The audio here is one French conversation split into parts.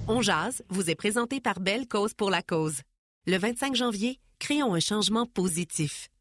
On jase vous est présenté par Belle Cause pour la cause. Le 25 janvier, créons un changement positif.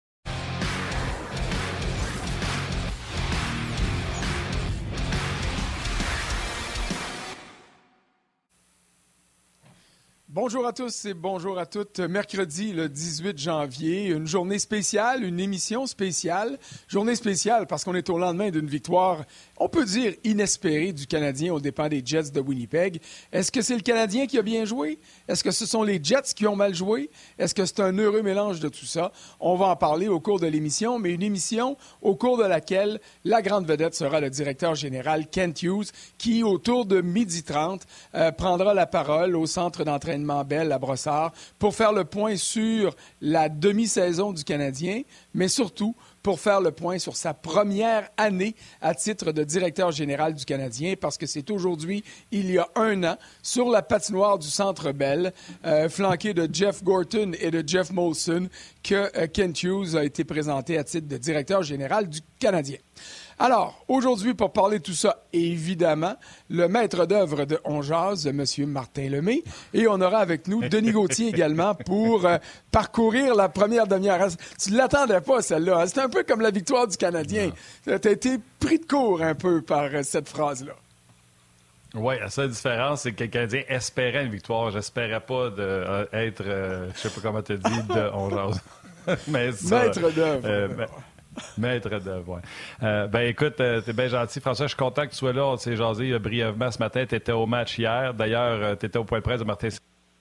Bonjour à tous et bonjour à toutes. Mercredi, le 18 janvier, une journée spéciale, une émission spéciale. Journée spéciale parce qu'on est au lendemain d'une victoire, on peut dire inespérée, du Canadien aux dépens des Jets de Winnipeg. Est-ce que c'est le Canadien qui a bien joué? Est-ce que ce sont les Jets qui ont mal joué? Est-ce que c'est un heureux mélange de tout ça? On va en parler au cours de l'émission, mais une émission au cours de laquelle la grande vedette sera le directeur général Kent Hughes, qui, autour de 12h30, prendra la parole au centre d'entraînement Bell à Brossard pour faire le point sur la demi-saison du Canadien, mais surtout pour faire le point sur sa première année à titre de directeur général du Canadien, parce que c'est aujourd'hui, il y a un an, sur la patinoire du Centre Bell, flanqué de Jeff Gorton et de Jeff Molson, que Kent Hughes a été présenté à titre de directeur général du Canadien. Alors, aujourd'hui, pour parler de tout ça, évidemment, le maître d'œuvre de On jase, M. Martin Lemay, et on aura avec nous Denis Gauthier également pour parcourir la première demi-heure. Tu ne l'attendais pas, celle-là. C'était un peu comme la victoire du Canadien. Tu as été pris de court un peu par cette phrase-là. Oui, la seule différence, c'est que le Canadien espérait une victoire. J'espérais pas d'être, je sais pas comment te dis, de On jase. Mais ça, maître d'œuvre. Maître d'œuvre, oui. Écoute, t'es bien gentil. François, je suis content que tu sois là. On s'est jasé brièvement ce matin. Tu étais au match hier. D'ailleurs, tu étais au point de presse de Martin.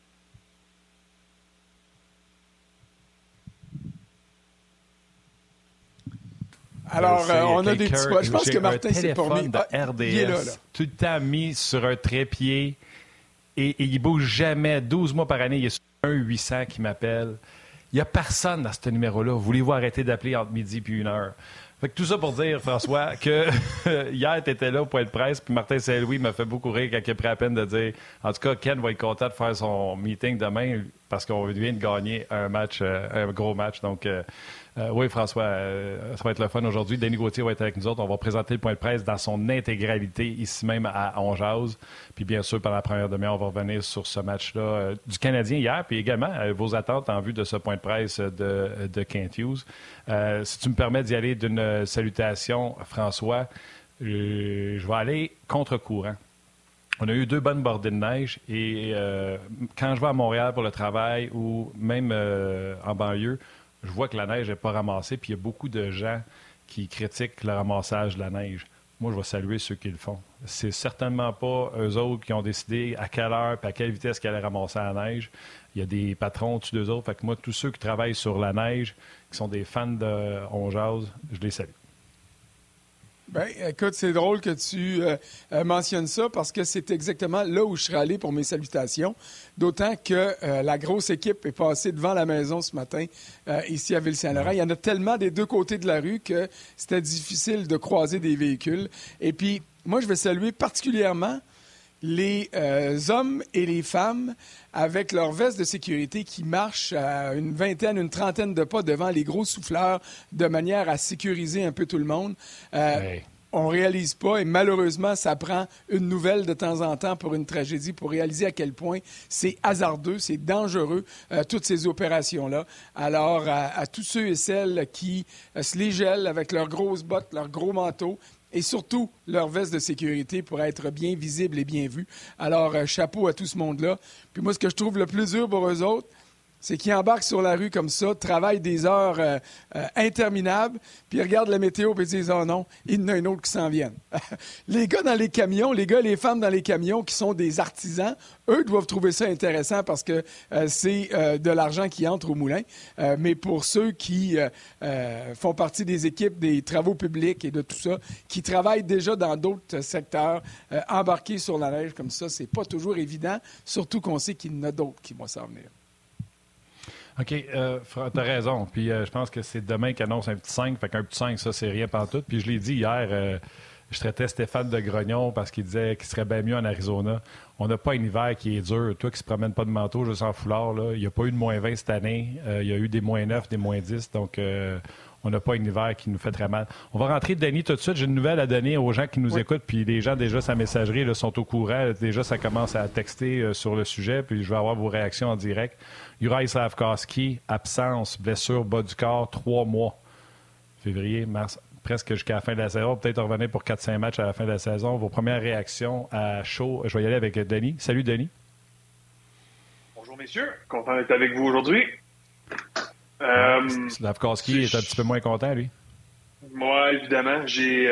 Alors, on a des petits points. Je pense que Martin s'est permis. De RDS, il est là. Tout le temps mis sur un trépied et il bouge jamais. 12 mois par année, il est sur un 800 qui m'appelle. Il n'y a personne dans ce numéro-là. Voulez-vous arrêter d'appeler entre midi et 1h? Fait que tout ça pour dire, François, que hier, tu étais là au point de presse, puis Martin Saint-Louis m'a fait beaucoup rire quand il a pris la peine de dire en tout cas, Ken va être content de faire son meeting demain parce qu'on vient de gagner un match, un gros match. Donc, oui, François, ça va être le fun aujourd'hui. Denis Gauthier va être avec nous autres. On va présenter le point de presse dans son intégralité, ici même à On jase. Puis bien sûr, pendant la première demi-heure, on va revenir sur ce match-là du Canadien hier, puis également vos attentes en vue de ce point de presse de Kent Hughes. Si tu me permets d'y aller d'une salutation, François, je vais aller contre-courant. On a eu 2 bonnes bordées de neige et quand je vais à Montréal pour le travail ou même en banlieue, je vois que la neige n'est pas ramassée, puis il y a beaucoup de gens qui critiquent le ramassage de la neige. Moi, je vais saluer ceux qui le font. C'est certainement pas eux autres qui ont décidé à quelle heure et à quelle vitesse qu'ils allaient ramasser la neige. Il y a des patrons au-dessus d'eux autres. Fait que moi, tous ceux qui travaillent sur la neige, qui sont des fans de On jase, je les salue. Bien, écoute, c'est drôle que tu mentionnes ça parce que c'est exactement là où je serais allé pour mes salutations. D'autant que la grosse équipe est passée devant la maison ce matin ici à Ville-Saint-Laurent. Il y en a tellement des deux côtés de la rue que c'était difficile de croiser des véhicules. Et puis, moi, je vais saluer particulièrement les hommes et les femmes avec leurs vestes de sécurité qui marchent à une vingtaine, une trentaine de pas devant les gros souffleurs de manière à sécuriser un peu tout le monde. On ne réalise pas, et malheureusement, ça prend une nouvelle de temps en temps pour une tragédie, pour réaliser à quel point c'est hasardeux, c'est dangereux, toutes ces opérations-là. Alors, à tous ceux et celles qui se les gèlent avec leurs grosses bottes, leurs gros manteaux, et surtout leur veste de sécurité pour être bien visible et bien vue. Alors, chapeau à tout ce monde-là. Puis moi, ce que je trouve le plus dur pour eux autres, c'est qu'ils embarquent sur la rue comme ça, travaillent des heures interminables, puis ils regardent la météo et ils disent « Oh non, il y en a un autre qui s'en viennent. » Les gars dans les camions, les gars et les femmes dans les camions qui sont des artisans, eux doivent trouver ça intéressant parce que c'est de l'argent qui entre au moulin. Mais pour ceux qui font partie des équipes des travaux publics et de tout ça, qui travaillent déjà dans d'autres secteurs, embarquer sur la neige comme ça, c'est pas toujours évident, surtout qu'on sait qu'il y en a d'autres qui vont s'en venir. OK, t'as raison. Puis je pense que c'est demain qu'annonce un petit 5. Fait qu'un petit 5, ça, c'est rien pantoute. Puis je l'ai dit hier, je traitais Stéphane de grognon parce qu'il disait qu'il serait bien mieux en Arizona. On n'a pas un hiver qui est dur. Toi qui ne se promène pas de manteau, juste en foulard, là, il n'y a pas eu de moins 20 cette année. Il y a eu des moins 9, des moins 10. Donc, on n'a pas un hiver qui nous fait très mal. On va rentrer, Denis, tout de suite. J'ai une nouvelle à donner aux gens qui nous écoutent, puis les gens déjà sa messagerie là, sont au courant. Déjà, ça commence à texter sur le sujet, puis je vais avoir vos réactions en direct. Juraj Slafkovský, absence, blessure, bas du corps, 3 mois. Février, mars, presque jusqu'à la fin de la saison. Peut-être revenir pour 4-5 matchs à la fin de la saison. Vos premières réactions à chaud. Je vais y aller avec Denis. Salut, Denis. Bonjour, messieurs. Content d'être avec vous aujourd'hui. Slafkovský est un petit peu moins content, lui. Moi, évidemment, j'ai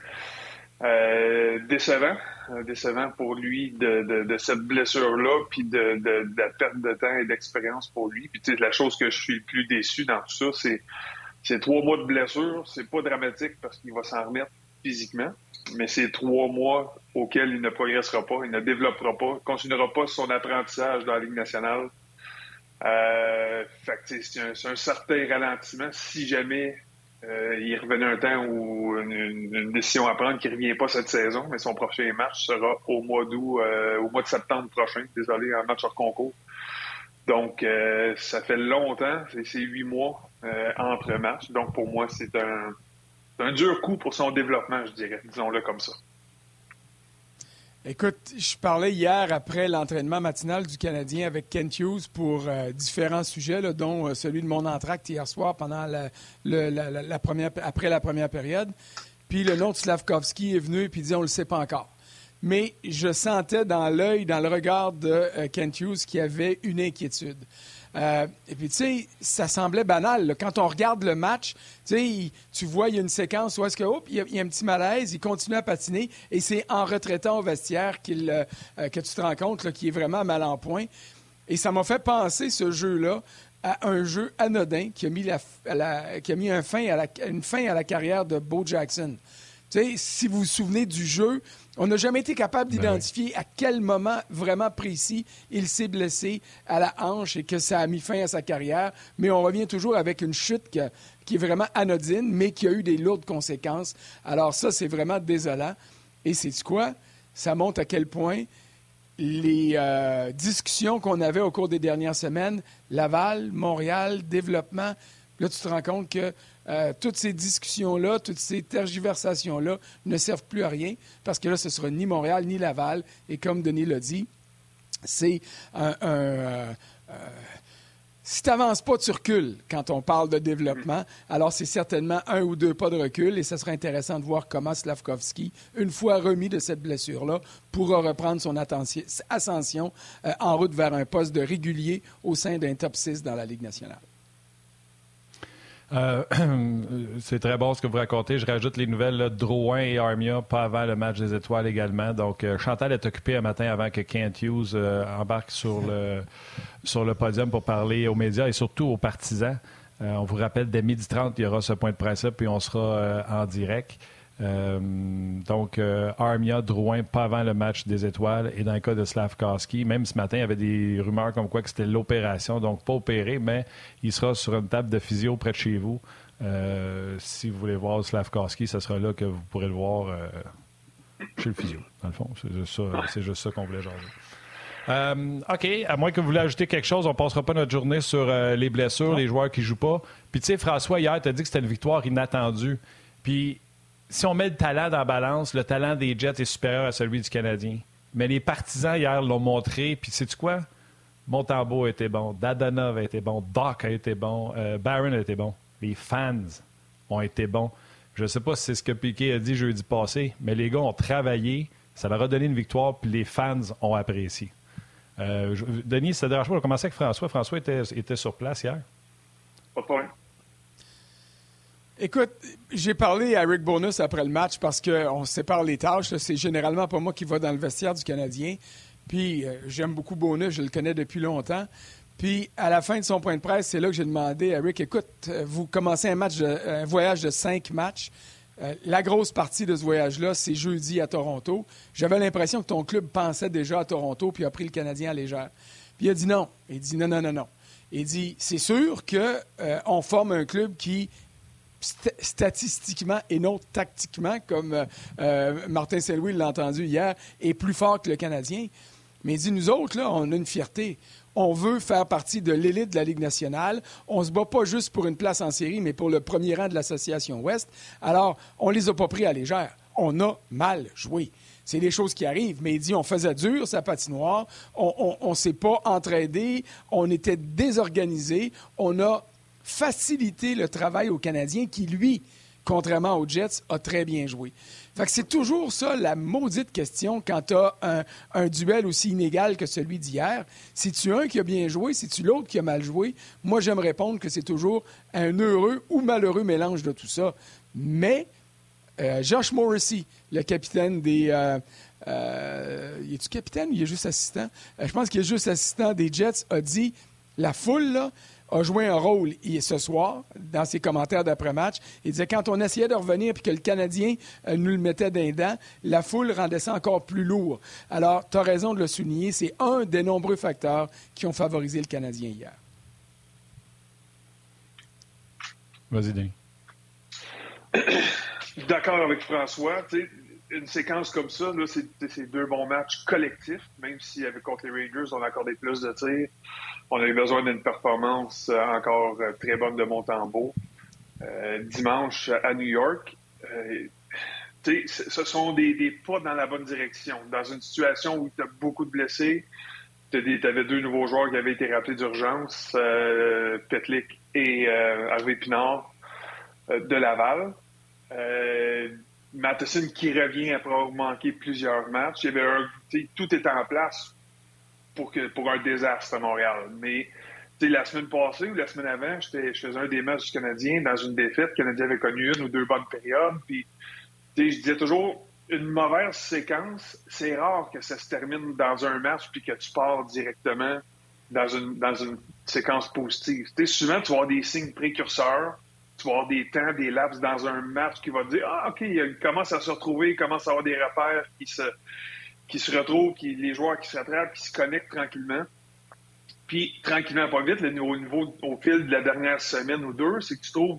décevant pour lui de cette blessure-là, puis de la perte de temps et d'expérience pour lui. Puis, tu sais, la chose que je suis le plus déçu dans tout ça, c'est 3 mois de blessure. C'est pas dramatique parce qu'il va s'en remettre physiquement, mais c'est 3 mois auxquels il ne progressera pas, il ne développera pas, continuera pas son apprentissage dans la Ligue nationale. Fait que c'est un certain ralentissement si jamais il revenait un temps où une décision à prendre qui ne revient pas cette saison, mais son prochain match sera au mois d'août, au mois de septembre prochain, désolé, un match hors concours. Donc, ça fait longtemps, c'est 8 mois entre matchs. Donc, pour moi, c'est un dur coup pour son développement, je dirais, disons-le comme ça. Écoute, je parlais hier après l'entraînement matinal du Canadien avec Kent Hughes pour différents sujets, là, dont celui de mon entracte hier soir pendant après la première période. Puis le nom de Slafkovský est venu et puis il dit on le sait pas encore. Mais je sentais dans l'œil, dans le regard de Kent Hughes qu'il y avait une inquiétude. Et puis, tu sais, ça semblait banal. Là. Quand on regarde le match, tu vois, il y a une séquence où est-ce que, il y a un petit malaise, il continue à patiner, et c'est en retraitant au vestiaire que tu te rends compte qu'il est vraiment mal en point. Et ça m'a fait penser, ce jeu-là, à un jeu anodin qui a mis, une fin à la carrière de Bo Jackson. Tu sais, si vous vous souvenez du jeu, on n'a jamais été capable d'identifier à quel moment vraiment précis il s'est blessé à la hanche et que ça a mis fin à sa carrière. Mais on revient toujours avec une chute qui est vraiment anodine, mais qui a eu des lourdes conséquences. Alors ça, c'est vraiment désolant. Et sais-tu quoi? Ça montre à quel point les discussions qu'on avait au cours des dernières semaines, Laval, Montréal, développement, là, tu te rends compte que toutes ces discussions-là, toutes ces tergiversations-là ne servent plus à rien parce que là, ce sera ni Montréal ni Laval. Et comme Denis l'a dit, c'est si tu n'avances pas, tu recules quand on parle de développement. Alors, c'est certainement 1 ou 2 pas de recul et ce sera intéressant de voir comment Slafkovský, une fois remis de cette blessure-là, pourra reprendre son ascension en route vers un poste de régulier au sein d'un top 6 dans la Ligue nationale. C'est très bon ce que vous racontez. Je rajoute les nouvelles là, Drouin et Armia, pas avant le match des étoiles également. Donc, Chantal est occupée un matin avant que Kent Hughes embarque sur le podium pour parler aux médias et surtout aux partisans. On vous rappelle, dès 12h30, il y aura ce point de presse-là, puis on sera en direct. Donc, Armia, Drouin, pas avant le match des étoiles. Et dans le cas de Slafkovský, même ce matin, il y avait des rumeurs comme quoi que c'était l'opération. Donc, pas opéré, mais il sera sur une table de physio près de chez vous. Si vous voulez voir Slafkovský, ce sera là que vous pourrez le voir chez le physio. Dans le fond, c'est juste ça qu'on voulait jaser. OK, à moins que vous voulez ajouter quelque chose, on ne passera pas notre journée sur les blessures, les joueurs qui ne jouent pas. Puis, tu sais, François, hier, tu as dit que c'était une victoire inattendue. Puis, si on met le talent dans la balance, le talent des Jets est supérieur à celui du Canadien. Mais les partisans, hier, l'ont montré. Puis, sais-tu quoi? Montembeault a été bon. Dadonov a été bon. Doc a été bon. Barron a été bon. Les fans ont été bons. Je ne sais pas si c'est ce que Piquet a dit jeudi passé, mais les gars ont travaillé. Ça leur a donné une victoire, puis les fans ont apprécié. Denis, ça ne dérange pas. On va commencer avec François. François était sur place hier. Pas de problème. Écoute, j'ai parlé à Rick Bowness après le match parce qu'on sépare les tâches. Là. C'est généralement pas moi qui va dans le vestiaire du Canadien. Puis j'aime beaucoup Bowness, je le connais depuis longtemps. Puis à la fin de son point de presse, c'est là que j'ai demandé à Rick, écoute, vous commencez un voyage de 5 matchs. La grosse partie de ce voyage-là, c'est jeudi à Toronto. J'avais l'impression que ton club pensait déjà à Toronto puis a pris le Canadien à légère. Puis il a dit non. Il dit non. Il dit, c'est sûr qu'on forme un club qui statistiquement et non tactiquement, comme Martin Saint-Louis l'a entendu hier, est plus fort que le Canadien. Mais il dit, nous autres, là, on a une fierté. On veut faire partie de l'élite de la Ligue nationale. On ne se bat pas juste pour une place en série, mais pour le premier rang de l'Association Ouest. Alors, on ne les a pas pris à légère. On a mal joué. C'est des choses qui arrivent. Mais il dit, on faisait dur sa patinoire. On ne s'est pas entraidé. On était désorganisé. On a facilité le travail aux Canadiens qui, lui, contrairement aux Jets, a très bien joué. Fait que c'est toujours ça, la maudite question, quand tu as un duel aussi inégal que celui d'hier. C'est-tu un qui a bien joué? C'est-tu l'autre qui a mal joué? Moi, j'aime répondre que c'est toujours un heureux ou malheureux mélange de tout ça. Mais Josh Morrissey, le capitaine des... il est-tu capitaine ou il est juste assistant? Je pense qu'il est juste assistant des Jets, a dit, la foule, là, a joué un rôle ce soir dans ses commentaires d'après-match. Il disait quand on essayait de revenir et que le Canadien nous le mettait d'un dent, la foule rendait ça encore plus lourd. Alors, tu as raison de le souligner. C'est un des nombreux facteurs qui ont favorisé le Canadien hier. Vas-y, Denis. D'accord avec François. Une séquence comme ça, là, c'est 2 bons matchs collectifs, même si avec contre les Rangers, on a accordé plus de tirs. On a eu besoin d'une performance encore très bonne de Montembeault. Dimanche à New York, ce sont des pas dans la bonne direction. Dans une situation où tu as beaucoup de blessés, tu avais 2 nouveaux joueurs qui avaient été rappelés d'urgence, Petlik et Harvey Pinard de Laval. Matheson qui revient après avoir manqué plusieurs matchs. Il y avait tout était en place pour un désastre à Montréal. Mais la semaine passée ou la semaine avant, je faisais un des matchs du Canadien dans une défaite. Le Canadien avait connu 1 ou 2 bonnes périodes. Puis, je disais toujours, une mauvaise séquence, c'est rare que ça se termine dans un match puis que tu pars directement dans une séquence positive. Souvent, tu vas avoir des signes précurseurs. Tu vas avoir des temps, des laps dans un match qui va te dire « Ah, OK, il commence à se retrouver, il commence à avoir des repères qui se retrouvent, les joueurs qui se rattrapent, qui se connectent tranquillement. » Puis, tranquillement, pas vite, au fil de la dernière semaine ou 2, c'est que tu trouves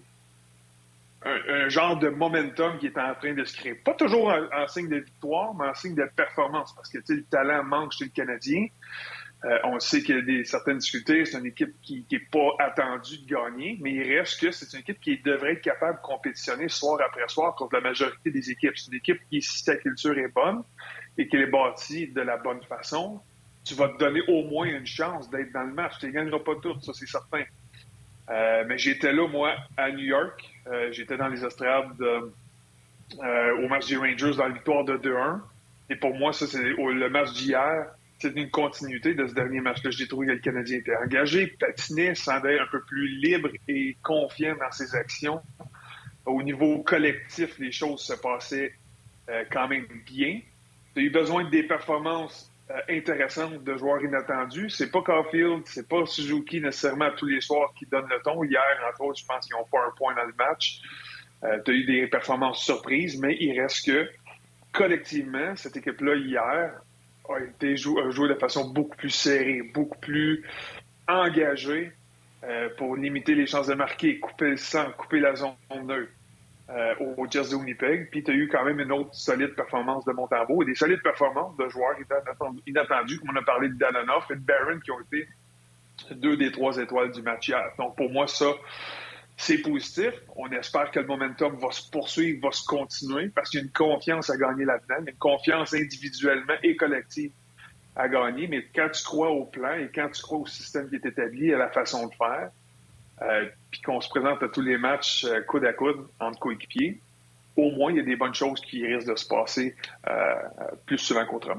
un genre de momentum qui est en train de se créer. Pas toujours en signe de victoire, mais en signe de performance, parce que le talent manque chez le Canadien. On sait qu'il y a certaines difficultés. C'est une équipe qui n'est pas attendue de gagner, mais il reste que c'est une équipe qui devrait être capable de compétitionner soir après soir contre la majorité des équipes. C'est une équipe qui, si ta culture est bonne et qu'elle est bâtie de la bonne façon, tu vas te donner au moins une chance d'être dans le match. Tu ne les gagneras pas toutes, ça c'est certain. Mais j'étais là, moi, à New York. J'étais dans les estrades au match des Rangers dans la victoire de 2-1. Et pour moi, ça, c'est le match d'hier. C'est une continuité de ce dernier match-là. J'ai trouvé que le Canadien était engagé, patinait, semblait un peu plus libre et confiant dans ses actions. Au niveau collectif, les choses se passaient quand même bien. Tu as eu besoin des performances intéressantes de joueurs inattendus. C'est pas Caulfield, c'est pas Suzuki nécessairement tous les soirs qui donnent le ton. Hier, entre autres, je pense qu'ils n'ont pas un point dans le match. Tu as eu des performances surprises, mais il reste que collectivement, cette équipe-là, hier, a été joué de façon beaucoup plus serrée, beaucoup plus engagée pour limiter les chances de marquer, couper le sang, couper la zone neutre aux Jets de Winnipeg. Puis tu as eu quand même une autre solide performance de Montembeault et des solides performances de joueurs inattendus, comme on a parlé de Dadonov et de Barron, qui ont été 2 des 3 étoiles du match hier. Donc pour moi, ça, c'est positif. On espère que le momentum va se poursuivre, va se continuer, parce qu'il y a une confiance à gagner là-dedans. Il y a une confiance individuellement et collective à gagner. Mais quand tu crois au plan et quand tu crois au système qui est établi, à la façon de faire, puis qu'on se présente à tous les matchs coude à coude entre coéquipiers, au moins, il y a des bonnes choses qui risquent de se passer plus souvent qu'autrement.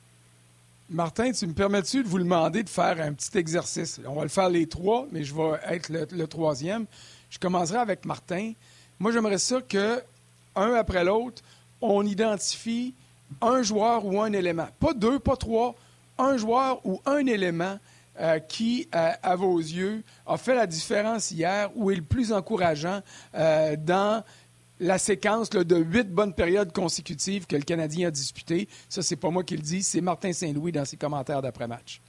Martin, tu me permets-tu de vous demander de faire un petit exercice? On va le faire les 3, mais je vais être le 3e. Je commencerai avec Martin. Moi, j'aimerais ça que, un après l'autre, on identifie un joueur ou un élément. Pas 2, pas 3, un joueur ou un élément qui, à vos yeux, a fait la différence hier ou est le plus encourageant dans la séquence là, de 8 bonnes périodes consécutives que le Canadien a disputées. Ça, c'est pas moi qui le dis, c'est Martin Saint-Louis dans ses commentaires d'après-match.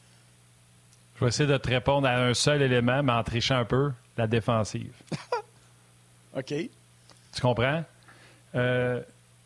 Je vais essayer de te répondre à un seul élément, mais en trichant un peu, la défensive. OK. Tu comprends?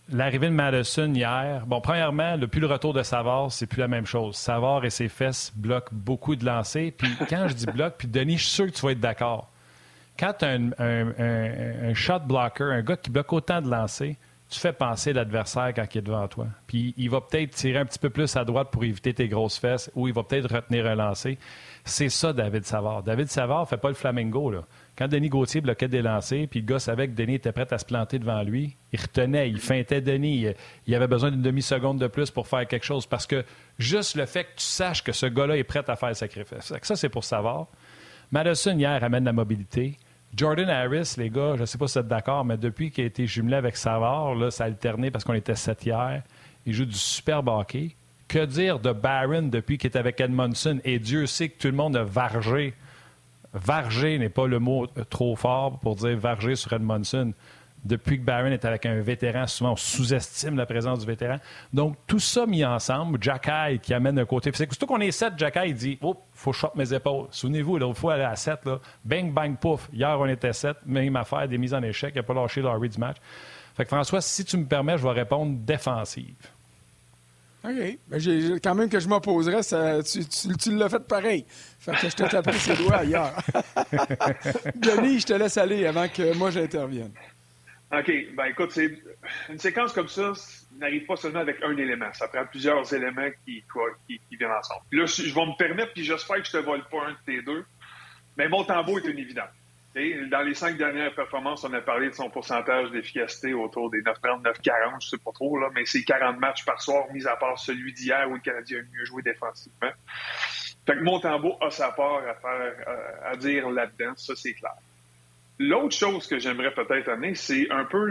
l'arrivée de Madison hier, bon, premièrement, depuis le retour de Savard, c'est plus la même chose. Savard et ses fesses bloquent beaucoup de lancers. Puis quand je dis bloc, puis Denis, je suis sûr que tu vas être d'accord. Quand tu as un shot blocker, un gars qui bloque autant de lancers, tu fais penser l'adversaire quand il est devant toi. Puis il va peut-être tirer un petit peu plus à droite pour éviter tes grosses fesses ou il va peut-être retenir un lancer. C'est ça, David Savard. David Savard ne fait pas le flamingo, là. Quand Denis Gauthier bloquait des lancers, puis le gars savait que Denis était prêt à se planter devant lui, il retenait, il feintait Denis. Il avait besoin d'une demi-seconde de plus pour faire quelque chose. Parce que juste le fait que tu saches que ce gars-là est prêt à faire le sacrifice. Ça, c'est pour Savard. Madison, hier, amène la mobilité. Jordan Harris, les gars, je ne sais pas si vous êtes d'accord, mais depuis qu'il a été jumelé avec Savard, là, ça a alterné parce qu'on était 7 hier. Il joue du superbe hockey. Que dire de Barron depuis qu'il est avec Edmondson? Et Dieu sait que tout le monde a vargé. Varger n'est pas le mot trop fort pour dire varger sur Edmondson. Depuis que Barron est avec un vétéran, souvent on sous-estime la présence du vétéran. Donc, tout ça mis ensemble, Jacky qui amène un côté physique. Surtout qu'on est 7, Jacky dit « Oh, faut que je sorte mes épaules. » Souvenez-vous, l'autre fois, à 7, là, bang, bang, pouf. Hier, on était 7, même affaire, des mises en échec. Il n'a pas lâché Laurie du match. Fait que François, si tu me permets, je vais répondre défensive. OK. Ben, quand même que je m'opposerais, tu l'as fait pareil. Fait que je te taperai ses doigts ailleurs. Denis, je te laisse aller avant que moi j'intervienne. OK. Ben écoute, une séquence comme ça n'arrive pas seulement avec un élément. Ça prend plusieurs éléments qui viennent ensemble. Puis là, je vais me permettre, puis j'espère que je te vole pas un de tes deux, mais Montembeault est une évidence. Dans les 5 dernières performances, on a parlé de son pourcentage d'efficacité autour des 9,30, 9,40, je sais pas trop, là, mais c'est 40 matchs par soir, mis à part celui d'hier où le Canadien a mieux joué défensivement. Fait que Montembeault a sa part à dire là-dedans, ça c'est clair. L'autre chose que j'aimerais peut-être amener, c'est un peu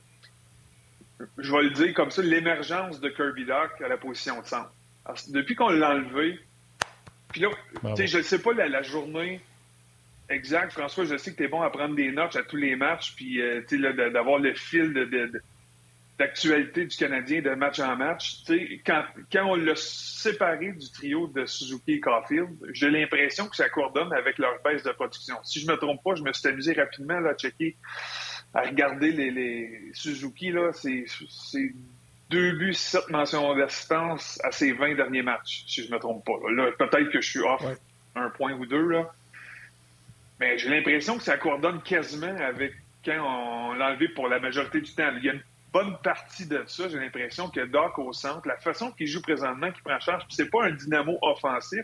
je vais le dire comme ça, l'émergence de Kirby Dach à la position de centre. Alors, depuis qu'on l'a enlevé, puis là, je ne sais pas la journée exacte, François, je sais que tu es bon à prendre des notes à tous les matchs, puis d'avoir le fil d'actualité du Canadien de match en match. Quand on l'a séparé du trio de Suzuki et Caulfield, j'ai l'impression que ça coordonne avec leur baisse de production. Si je me trompe pas, je me suis amusé rapidement là, à regarder les Suzuki. Là, c'est 2 buts, 7 mentions d'assistance à ses 20 derniers matchs, si je me trompe pas. Là, peut-être que je suis off un point ou deux, là. Mais j'ai l'impression que ça coordonne quasiment avec quand on l'a enlevé pour la majorité du temps. Il y a une bonne partie de ça, j'ai l'impression que Dach au centre, la façon qu'il joue présentement, qu'il prend charge, puis c'est pas un dynamo offensif,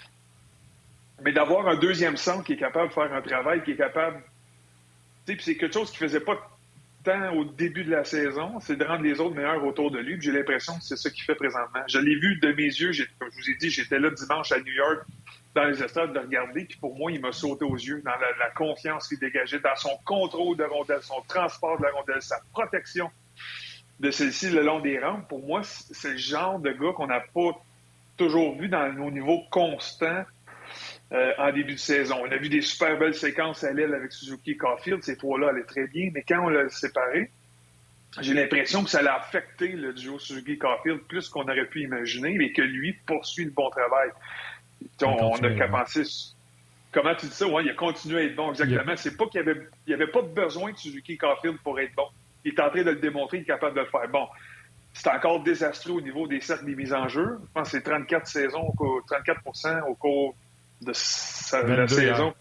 mais d'avoir un deuxième centre qui est capable de faire un travail, qui est capable... Puis c'est quelque chose qu'il faisait pas tant au début de la saison, c'est de rendre les autres meilleurs autour de lui, puis j'ai l'impression que c'est ça qu'il fait présentement. Je l'ai vu de mes yeux, comme je vous ai dit, j'étais là dimanche à New York, dans les estrades, de regarder, puis pour moi, il m'a sauté aux yeux dans la confiance qu'il dégageait, dans son contrôle de rondelle, son transport de la rondelle, sa protection de celle-ci le long des rampes. Pour moi, c'est le genre de gars qu'on n'a pas toujours vu dans nos niveaux constants en début de saison. On a vu des super belles séquences à l'aile avec Suzuki et Caulfield, ces trois-là allaient très bien, mais quand on l'a séparé, j'ai l'impression que ça l'a affecté le duo Suzuki-Caulfield plus qu'on aurait pu imaginer, mais que lui poursuit le bon travail. On a qu'à penser... Comment tu dis ça? Ouais, il a continué à être bon, exactement. C'est pas qu'il n'y avait pas besoin de Suzuki Caulfield pour être bon. Il est en train de le démontrer, il est capable de le faire. Bon, c'est encore désastreux au niveau des cercles des mises en jeu. Je pense que c'est 34% au cours de la saison.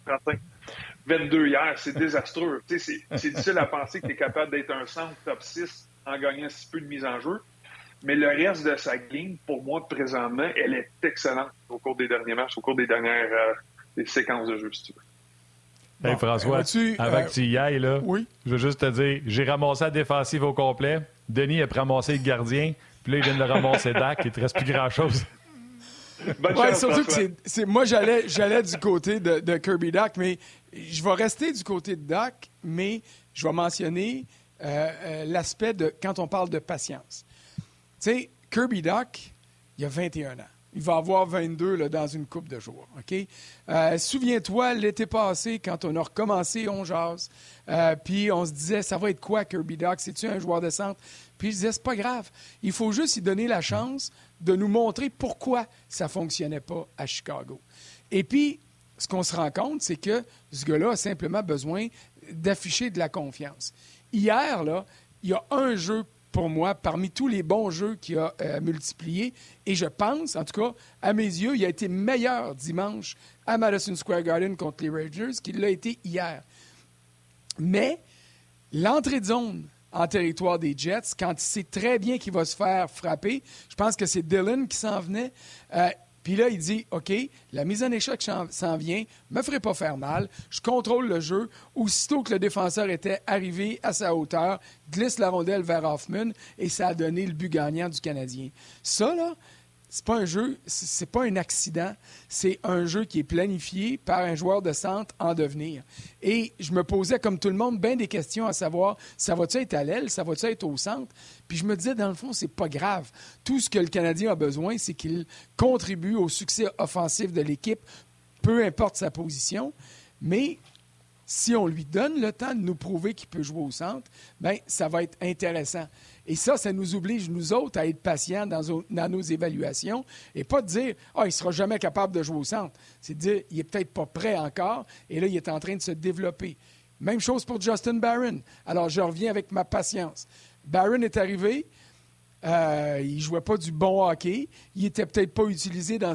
22 hier, c'est désastreux. C'est difficile à penser que tu es capable d'être un centre top 6 en gagnant si peu de mises en jeu. Mais le reste de sa game, pour moi, présentement, elle est excellente au cours des derniers matchs, au cours des dernières des séquences de jeu, si tu veux. Hey, François, avant que tu y ailles, là, je veux juste te dire, j'ai ramassé la défensive au complet. Denis a ramassé le gardien, puis là, il vient de le ramasser Dach, il ne te reste plus grand-chose. Surtout que moi, j'allais du côté de Kirby Dach, mais je vais rester du côté de Dach, mais je vais mentionner l'aspect de quand on parle de patience. Tu sais, Kirby Dach, il a 21 ans. Il va avoir 22 là, dans une couple de jours. OK? Souviens-toi, l'été passé, quand on a recommencé, on jase, puis on se disait, ça va être quoi, Kirby Dach? C'est-tu un joueur de centre? Puis je disais, c'est pas grave. Il faut juste lui donner la chance de nous montrer pourquoi ça ne fonctionnait pas à Chicago. Et puis, ce qu'on se rend compte, c'est que ce gars-là a simplement besoin d'afficher de la confiance. Hier, là, il y a un jeu pour moi, parmi tous les bons jeux qu'il a multipliés. Et je pense, en tout cas, à mes yeux, il a été meilleur dimanche à Madison Square Garden contre les Rangers qu'il l'a été hier. Mais l'entrée de zone en territoire des Jets, quand il sait très bien qu'il va se faire frapper, je pense que c'est Dylan qui s'en venait. Puis là, il dit, OK, la mise en échec s'en vient, me ferait pas faire mal, je contrôle le jeu. Aussitôt que le défenseur était arrivé à sa hauteur, glisse la rondelle vers Hoffman et ça a donné le but gagnant du Canadien. Ça, là, c'est pas un jeu, c'est pas un accident, c'est un jeu qui est planifié par un joueur de centre en devenir. Et je me posais, comme tout le monde, bien des questions à savoir, ça va-tu être à l'aile, ça va-tu être au centre? Puis je me disais, dans le fond, c'est pas grave. Tout ce que le Canadien a besoin, c'est qu'il contribue au succès offensif de l'équipe, peu importe sa position. Mais si on lui donne le temps de nous prouver qu'il peut jouer au centre, bien, ça va être intéressant. Et ça nous oblige, nous autres, à être patients dans nos évaluations et pas de dire « Ah, il ne sera jamais capable de jouer au centre ». C'est de dire « Il n'est peut-être pas prêt encore et là, il est en train de se développer ». Même chose pour Justin Barron. Alors, je reviens avec ma patience. Barron est arrivé, il ne jouait pas du bon hockey, il n'était peut-être pas utilisé dans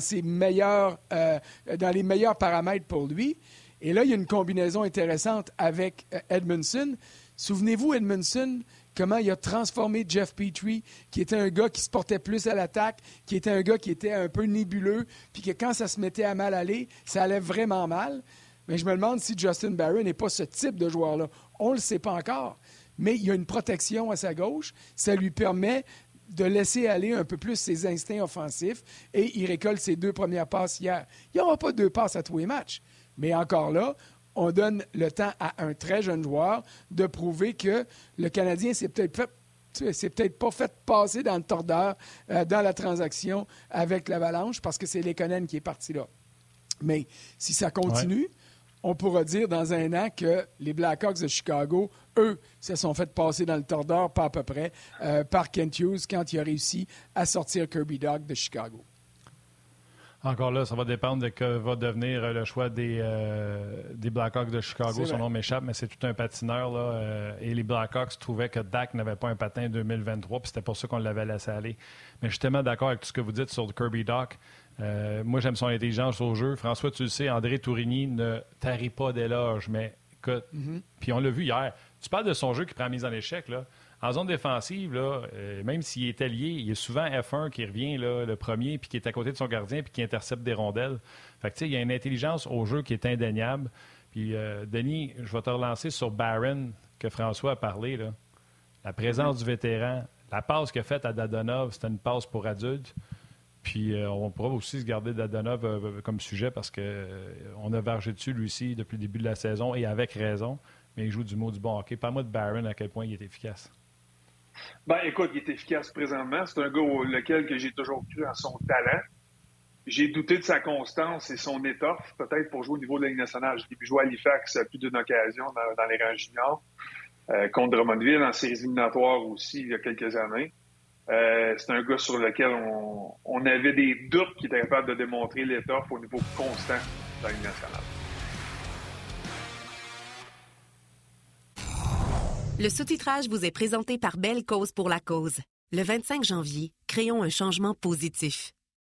dans les meilleurs paramètres pour lui. Et là, il y a une combinaison intéressante avec Edmundson. Souvenez-vous, Edmundson, comment il a transformé Jeff Petrie, qui était un gars qui se portait plus à l'attaque, qui était un gars qui était un peu nébuleux, puis que quand ça se mettait à mal aller, ça allait vraiment mal. Mais je me demande si Justin Barron n'est pas ce type de joueur-là. On ne le sait pas encore, mais il y a une protection à sa gauche. Ça lui permet de laisser aller un peu plus ses instincts offensifs et il récolte ses 2 premières passes hier. Il n'y aura pas 2 passes à tous les matchs, mais encore là, on donne le temps à un très jeune joueur de prouver que le Canadien s'est peut-être pas fait passer dans le tordeur dans la transaction avec l'Avalanche parce que c'est Lekonen qui est parti là. Mais si ça continue, on pourra dire dans un an que les Blackhawks de Chicago, eux, se sont fait passer dans le tordeur, pas à peu près, par Kent Hughes quand il a réussi à sortir Kirby Dach de Chicago. Encore là, ça va dépendre de que va devenir le choix des Blackhawks de Chicago. Son nom m'échappe, mais c'est tout un patineur. Là, et les Blackhawks trouvaient que Dak n'avait pas un patin 2023, puis c'était pour ça qu'on l'avait laissé aller. Mais je suis tellement d'accord avec tout ce que vous dites sur Kirby Dach. Moi, j'aime son intelligence au jeu. François, tu le sais, André Tourigny ne tarit pas d'éloges, mais écoute, puis on l'a vu hier. Tu parles de son jeu qui prend la mise en échec, là. En zone défensive, là, même s'il est allié, il y a souvent F1 qui revient là, le premier, puis qui est à côté de son gardien, puis qui intercepte des rondelles. Fait que, tu sais, il y a une intelligence au jeu qui est indéniable. Puis, Denis, je vais te relancer sur Barron, que François a parlé. Là. La présence du vétéran, la passe qu'il a faite à Dadonov, c'était une passe pour adultes. Puis, on pourra aussi se garder Dadonov comme sujet parce qu'on a vargé dessus, lui aussi, depuis le début de la saison, et avec raison. Mais il joue du bon hockey. Parle-moi de Barron, à quel point il est efficace. Ben, écoute, il est efficace présentement. C'est un gars lequel que j'ai toujours cru en son talent. J'ai douté de sa constance et son étoffe, peut-être pour jouer au niveau de la Ligue nationale. J'ai vu jouer à Halifax à plus d'une occasion dans les rangs juniors, contre Drummondville, en séries éliminatoires aussi, il y a quelques années. C'est un gars sur lequel on avait des doutes qui était capable de démontrer l'étoffe au niveau constant de la Ligue nationale. Le sous-titrage vous est présenté par Belle Cause pour la cause. Le 25 janvier, créons un changement positif.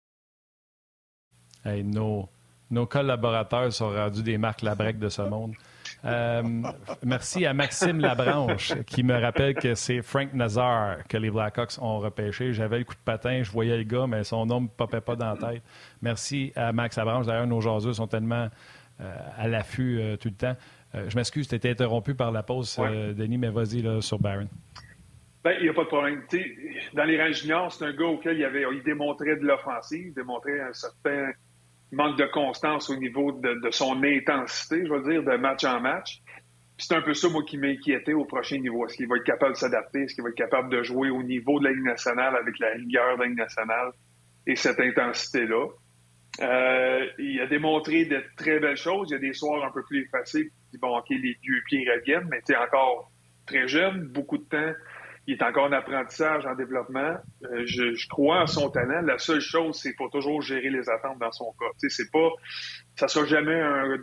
Hey, nos collaborateurs sont rendus des Marc Labrec de ce monde. Merci à Maxime Labranche qui me rappelle que c'est Frank Nazar que les Blackhawks ont repêché. J'avais le coup de patin, je voyais le gars, mais son nom ne me popait pas dans la tête. Merci à Max Labranche. D'ailleurs, nos jaseux sont tellement à l'affût tout le temps. Je m'excuse, tu as été interrompu par la pause, Denis, mais vas-y là, sur Barron. Ben, il n'y a pas de problème. T'sais, dans les rangs juniors, c'est un gars auquel il démontrait de l'offensive, il démontrait un certain manque de constance au niveau de son intensité, je veux dire, de match en match. Puis c'est un peu ça, moi, qui m'inquiétait au prochain niveau. Est-ce qu'il va être capable de s'adapter? Est-ce qu'il va être capable de jouer au niveau de la Ligue nationale avec la rigueur de la Ligue nationale et cette intensité-là? Il a démontré de très belles choses. Il y a des soirs un peu plus effacés. Il dit, bon, OK, les vieux pieds reviennent, mais tu es encore très jeune, beaucoup de temps. Il est encore en apprentissage, en développement. Je crois en son talent. La seule chose, c'est qu'il faut toujours gérer les attentes dans son cas. Tu sais, c'est pas, ça sera jamais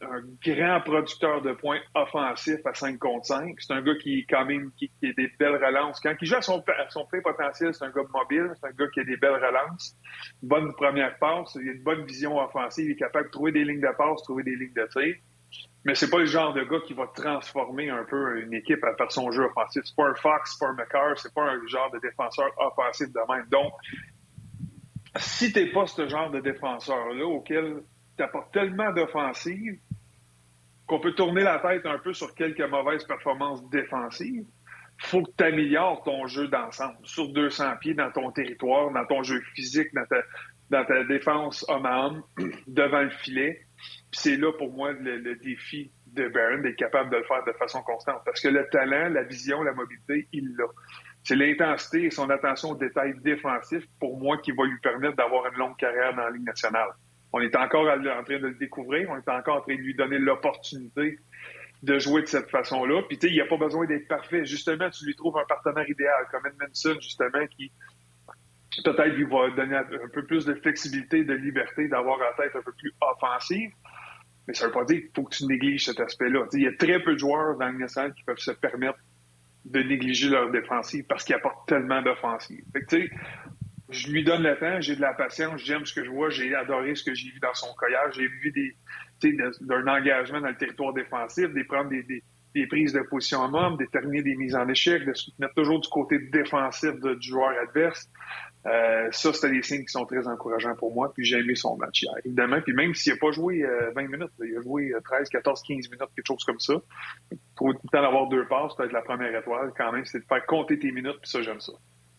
un grand producteur de points offensifs à 5 contre 5. C'est un gars qui a des belles relances. Quand il joue à son plein potentiel, c'est un gars mobile, c'est un gars qui a des belles relances, une bonne première passe, il a une bonne vision offensive, il est capable de trouver des lignes de passe, trouver des lignes de tir. Mais c'est pas le genre de gars qui va transformer un peu une équipe à faire son jeu offensif. C'est pas un Fox, c'est pas un McCarr, c'est pas un genre de défenseur offensif de même. Donc, si t'es pas ce genre de défenseur-là auquel t'apportes tellement d'offensive qu'on peut tourner la tête un peu sur quelques mauvaises performances défensives, faut que tu améliores ton jeu d'ensemble, sur 200 pieds dans ton territoire, dans ton jeu physique, dans ta défense homme à homme, devant le filet. Puis c'est là, pour moi, le défi de Barron d'être capable de le faire de façon constante. Parce que le talent, la vision, la mobilité, il l'a. C'est l'intensité et son attention aux détails défensifs, pour moi, qui va lui permettre d'avoir une longue carrière dans la Ligue nationale. On est encore en train de le découvrir. On est encore en train de lui donner l'opportunité de jouer de cette façon-là. Puis, tu sais, il n'y a pas besoin d'être parfait. Justement, tu lui trouves un partenaire idéal, comme Edmondson, justement, qui peut-être lui va donner un peu plus de flexibilité, de liberté, d'avoir la tête un peu plus offensive. Mais ça ne veut pas dire qu'il faut que tu négliges cet aspect-là. Il y a très peu de joueurs dans le national qui peuvent se permettre de négliger leur défensive parce qu'ils apportent tellement d'offensive. Fait que, tu sais, je lui donne le temps, j'ai de la patience, j'aime ce que je vois, j'ai adoré ce que j'ai vu dans son collage, j'ai vu d'un engagement dans le territoire défensif, prendre des prises de position en homme, déterminer des mises en échec, de se mettre toujours du côté défensif du joueur adverse. Ça, c'était des signes qui sont très encourageants pour moi. Puis j'ai aimé son match hier, évidemment. Puis même s'il n'a pas joué 20 minutes, il a joué 13, 14, 15 minutes, quelque chose comme ça. Pour tout le temps d'avoir 2 passes, peut-être la première étoile, quand même, c'est de faire compter tes minutes, puis ça, j'aime ça.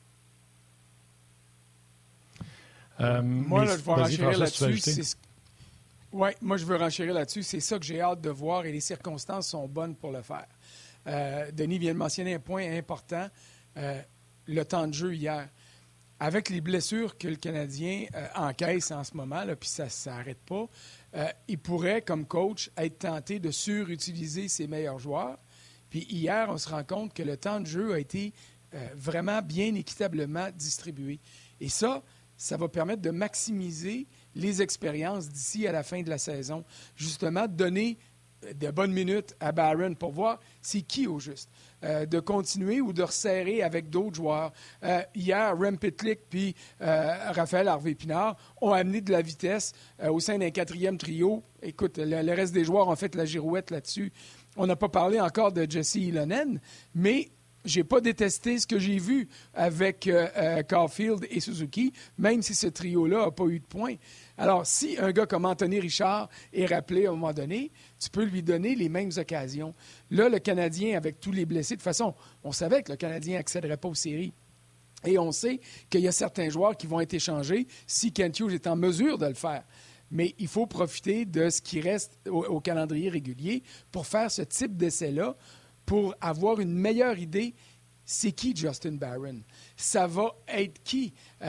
Moi, là, je veux renchérir là-dessus. Oui, moi, je veux renchérir là-dessus. C'est ça que j'ai hâte de voir et les circonstances sont bonnes pour le faire. Denis vient de mentionner un point important, le temps de jeu hier. Avec les blessures que le Canadien encaisse en ce moment, là, puis ça ne s'arrête pas, il pourrait, comme coach, être tenté de surutiliser ses meilleurs joueurs. Puis hier, on se rend compte que le temps de jeu a été vraiment bien équitablement distribué. Et ça va permettre de maximiser les expériences d'ici à la fin de la saison. Justement, donner de bonnes minutes à Barron pour voir c'est qui au juste. De continuer ou de resserrer avec d'autres joueurs. Hier, Rem Pitlick puis Raphaël Harvey-Pinard ont amené de la vitesse au sein d'un 4e trio. Écoute, le reste des joueurs ont fait la girouette là-dessus. On n'a pas parlé encore de Jesse Ylönen, mais j'ai pas détesté ce que j'ai vu avec Caulfield et Suzuki, même si ce trio-là n'a pas eu de points. Alors, si un gars comme Anthony Richard est rappelé à un moment donné, tu peux lui donner les mêmes occasions. Là, le Canadien, avec tous les blessés, de toute façon, on savait que le Canadien n'accéderait pas aux séries. Et on sait qu'il y a certains joueurs qui vont être échangés si Kent Hughes est en mesure de le faire. Mais il faut profiter de ce qui reste au calendrier régulier pour faire ce type d'essai-là, pour avoir une meilleure idée, c'est qui Justin Barron? Ça va être qui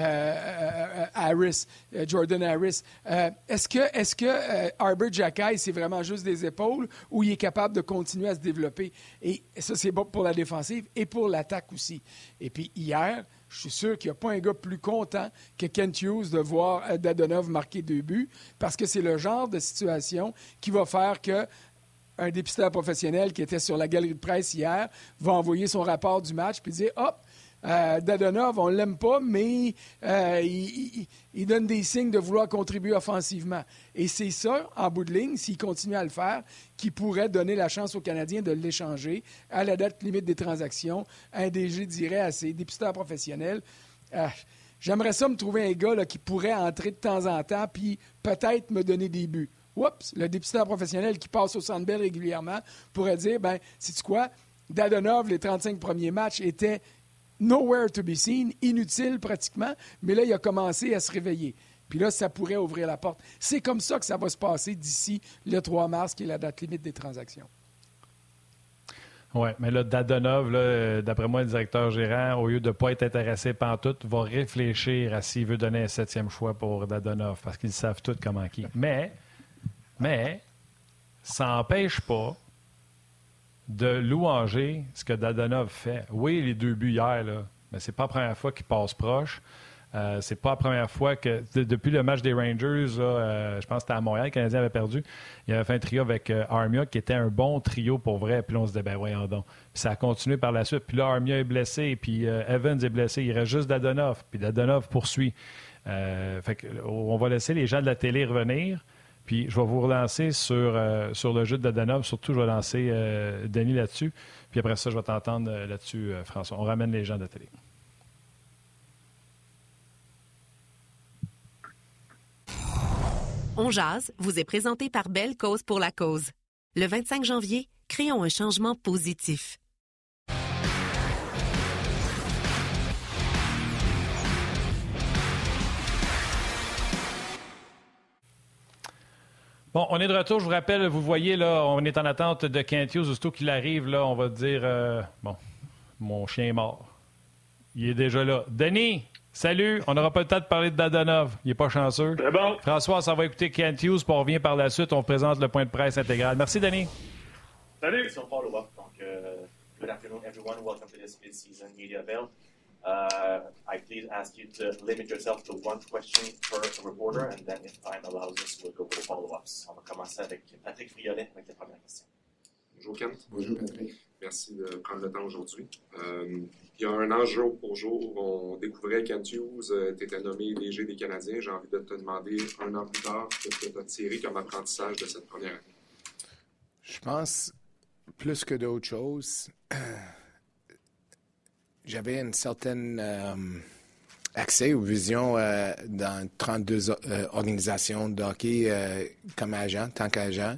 Harris, Jordan Harris? Est-ce que Arbor Xhekaj, c'est vraiment juste des épaules ou il est capable de continuer à se développer? Et ça, c'est bon pour la défensive et pour l'attaque aussi. Et puis hier, je suis sûr qu'il n'y a pas un gars plus content que Kent Hughes de voir Dadonov marquer 2 buts parce que c'est le genre de situation qui va faire que un dépisteur professionnel qui était sur la galerie de presse hier va envoyer son rapport du match puis dire « Hop, Dadonov, on ne l'aime pas, mais il donne des signes de vouloir contribuer offensivement. » Et c'est ça, en bout de ligne, s'il continue à le faire, qui pourrait donner la chance aux Canadiens de l'échanger à la date limite des transactions. Un DG dirait à ses dépisteurs professionnels j'aimerais ça me trouver un gars là, qui pourrait entrer de temps en temps puis peut-être me donner des buts. » Oups, le dépisteur professionnel qui passe au Centre Bell régulièrement pourrait dire, ben, sais-tu quoi, Dadonov, les 35 premiers matchs étaient nowhere to be seen, inutile pratiquement, mais là, il a commencé à se réveiller. Puis là, ça pourrait ouvrir la porte. C'est comme ça que ça va se passer d'ici le 3 mars, qui est la date limite des transactions. Oui, mais là, Dadonov, là, d'après moi, le directeur gérant, au lieu de ne pas être intéressé pantoute, va réfléchir à s'il veut donner un 7e choix pour Dadonov, parce qu'ils savent tout comment qui. Mais ça n'empêche pas de louanger ce que Dadonov fait. Oui, les 2 buts hier, là, mais c'est pas la première fois qu'il passe proche. C'est pas la première fois que, depuis le match des Rangers, là, je pense que c'était à Montréal, le Canadien avait perdu. Il avait fait un trio avec Armia, qui était un bon trio pour vrai. Puis là, on se dit, ben voyons donc. Puis ça a continué par la suite. Puis là, Armia est blessé, puis Evans est blessé. Il reste juste Dadonov. Puis Dadonov poursuit. Fait que, on va laisser les gens de la télé revenir. Puis je vais vous relancer sur le jeu de Dadonov. Surtout, je vais lancer Denis là-dessus. Puis après ça, je vais t'entendre là-dessus, François. On ramène les gens de la télé. On jase vous est présenté par Belle Cause pour la cause. Le 25 janvier, créons un changement positif. Bon, on est de retour. Je vous rappelle, vous voyez, là, on est en attente de Kent Hughes. Aussitôt qu'il arrive, là, on va dire, bon, mon chien est mort. Il est déjà là. Denis! Salut, on n'aura pas le temps de parler de Dadonov. Il n'est pas chanceux. C'est bon. François, ça va écouter Kent Hughes, puis on revient par la suite. On présente le point de presse intégral. Merci, Denis. Salut. Follow-up. Donc, good afternoon, everyone. Welcome to this mid-season media avail. I please ask you to limit yourself to one question per reporter, and then if time allows us, we'll go for the follow-ups. On va commencer avec Patrick Friolet avec la première question. Bonjour Kent. Bonjour Patrick. Merci de prendre le temps aujourd'hui. Il y a un an, jour pour jour, on découvrait Kent Hughes, tu étais nommé DG des Canadiens. J'ai envie de te demander, un an plus tard, ce que tu as tiré comme apprentissage de cette première année. Je pense, plus que d'autres choses, j'avais une certaine accès aux visions dans 32 organisations de hockey comme agent, tant qu'agent.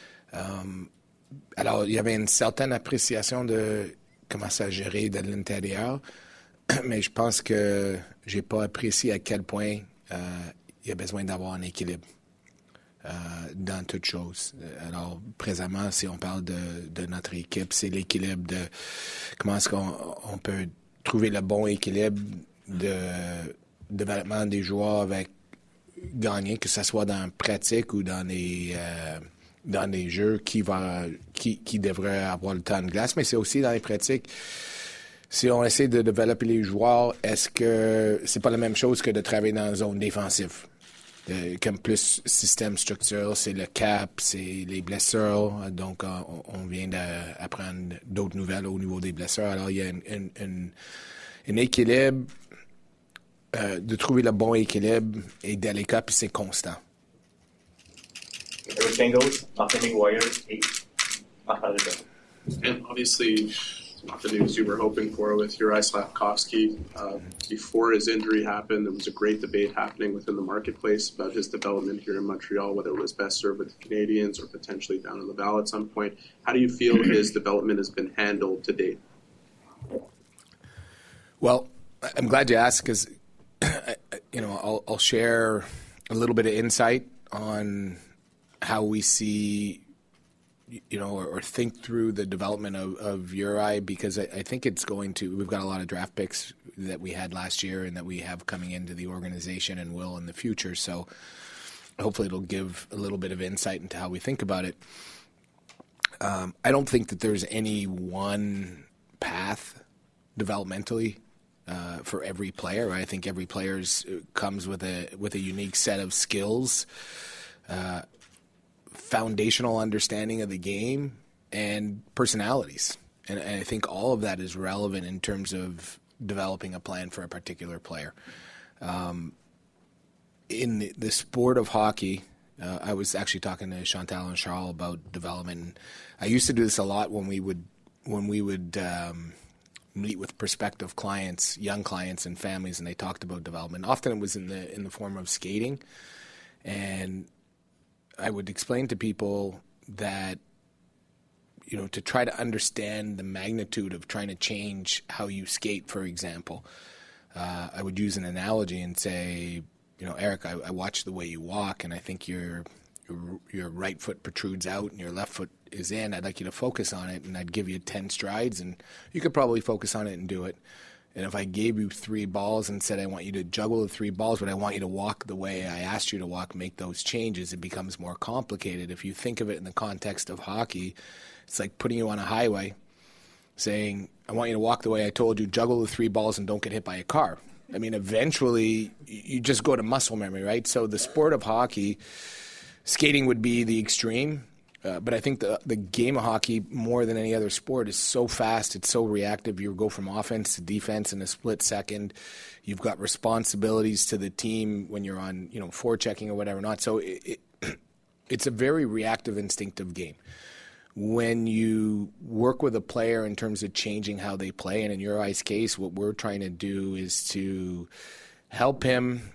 Alors, il y avait une certaine appréciation de comment ça gérer de l'intérieur, mais je pense que j'ai pas apprécié à quel point il y a besoin d'avoir un équilibre dans toutes choses. Alors, présentement, si on parle de notre équipe, c'est l'équilibre de comment est-ce qu'on peut trouver le bon équilibre de développement des joueurs avec gagner, que ce soit dans la pratique ou dans les jeux qui devraient avoir le temps de glace, mais c'est aussi dans les pratiques. Si on essaie de développer les joueurs, est-ce que c'est pas la même chose que de travailler dans la zone défensive? Comme plus système structure, c'est le cap, c'est les blessures. Donc, on vient d'apprendre d'autres nouvelles au niveau des blessures. Alors, il y a un équilibre, de trouver le bon équilibre et dans les cas, puis c'est constant. Eric Bengals, Martin Warriors, 8. And obviously, not the news you were hoping for with Juraj Slafkovsky. Before his injury happened, there was a great debate happening within the marketplace about his development here in Montreal, whether it was best served with the Canadians or potentially down in Laval at some point. How do you feel his development has been handled to date? Well, I'm glad you asked because, I'll share a little bit of insight on how we see, or think through the development of Uri, because I think it's going to, we've got a lot of draft picks that we had last year and that we have coming into the organization and will in the future. So hopefully it'll give a little bit of insight into how we think about it. I don't think that there's any one path developmentally for every player. I think every player comes with a unique set of skills, foundational understanding of the game, and personalities. And I think all of that is relevant in terms of developing a plan for a particular player. In the sport of hockey, I was actually talking to Chantal and Charles about development. I used to do this a lot when we would meet with prospective clients, young clients and families, and they talked about development. Often it was in the form of skating, and I would explain to people that, to try to understand the magnitude of trying to change how you skate, for example, I would use an analogy and say, Eric, I watch the way you walk, and I think your right foot protrudes out and your left foot is in. I'd like you to focus on it, and I'd give you 10 strides, and you could probably focus on it and do it. And if I gave you 3 balls and said I want you to juggle the 3 balls, but I want you to walk the way I asked you to walk, make those changes, it becomes more complicated. If you think of it in the context of hockey, it's like putting you on a highway, saying, I want you to walk the way I told you, juggle the 3 balls and don't get hit by a car. I mean, eventually, you just go to muscle memory, right? So the sport of hockey, skating would be the extreme. But I think the game of hockey, more than any other sport, is so fast. It's so reactive. You go from offense to defense in a split second. You've got responsibilities to the team when you're on, forechecking or whatever not. So it's a very reactive, instinctive game. When you work with a player in terms of changing how they play, and in your Ice case, what we're trying to do is to help him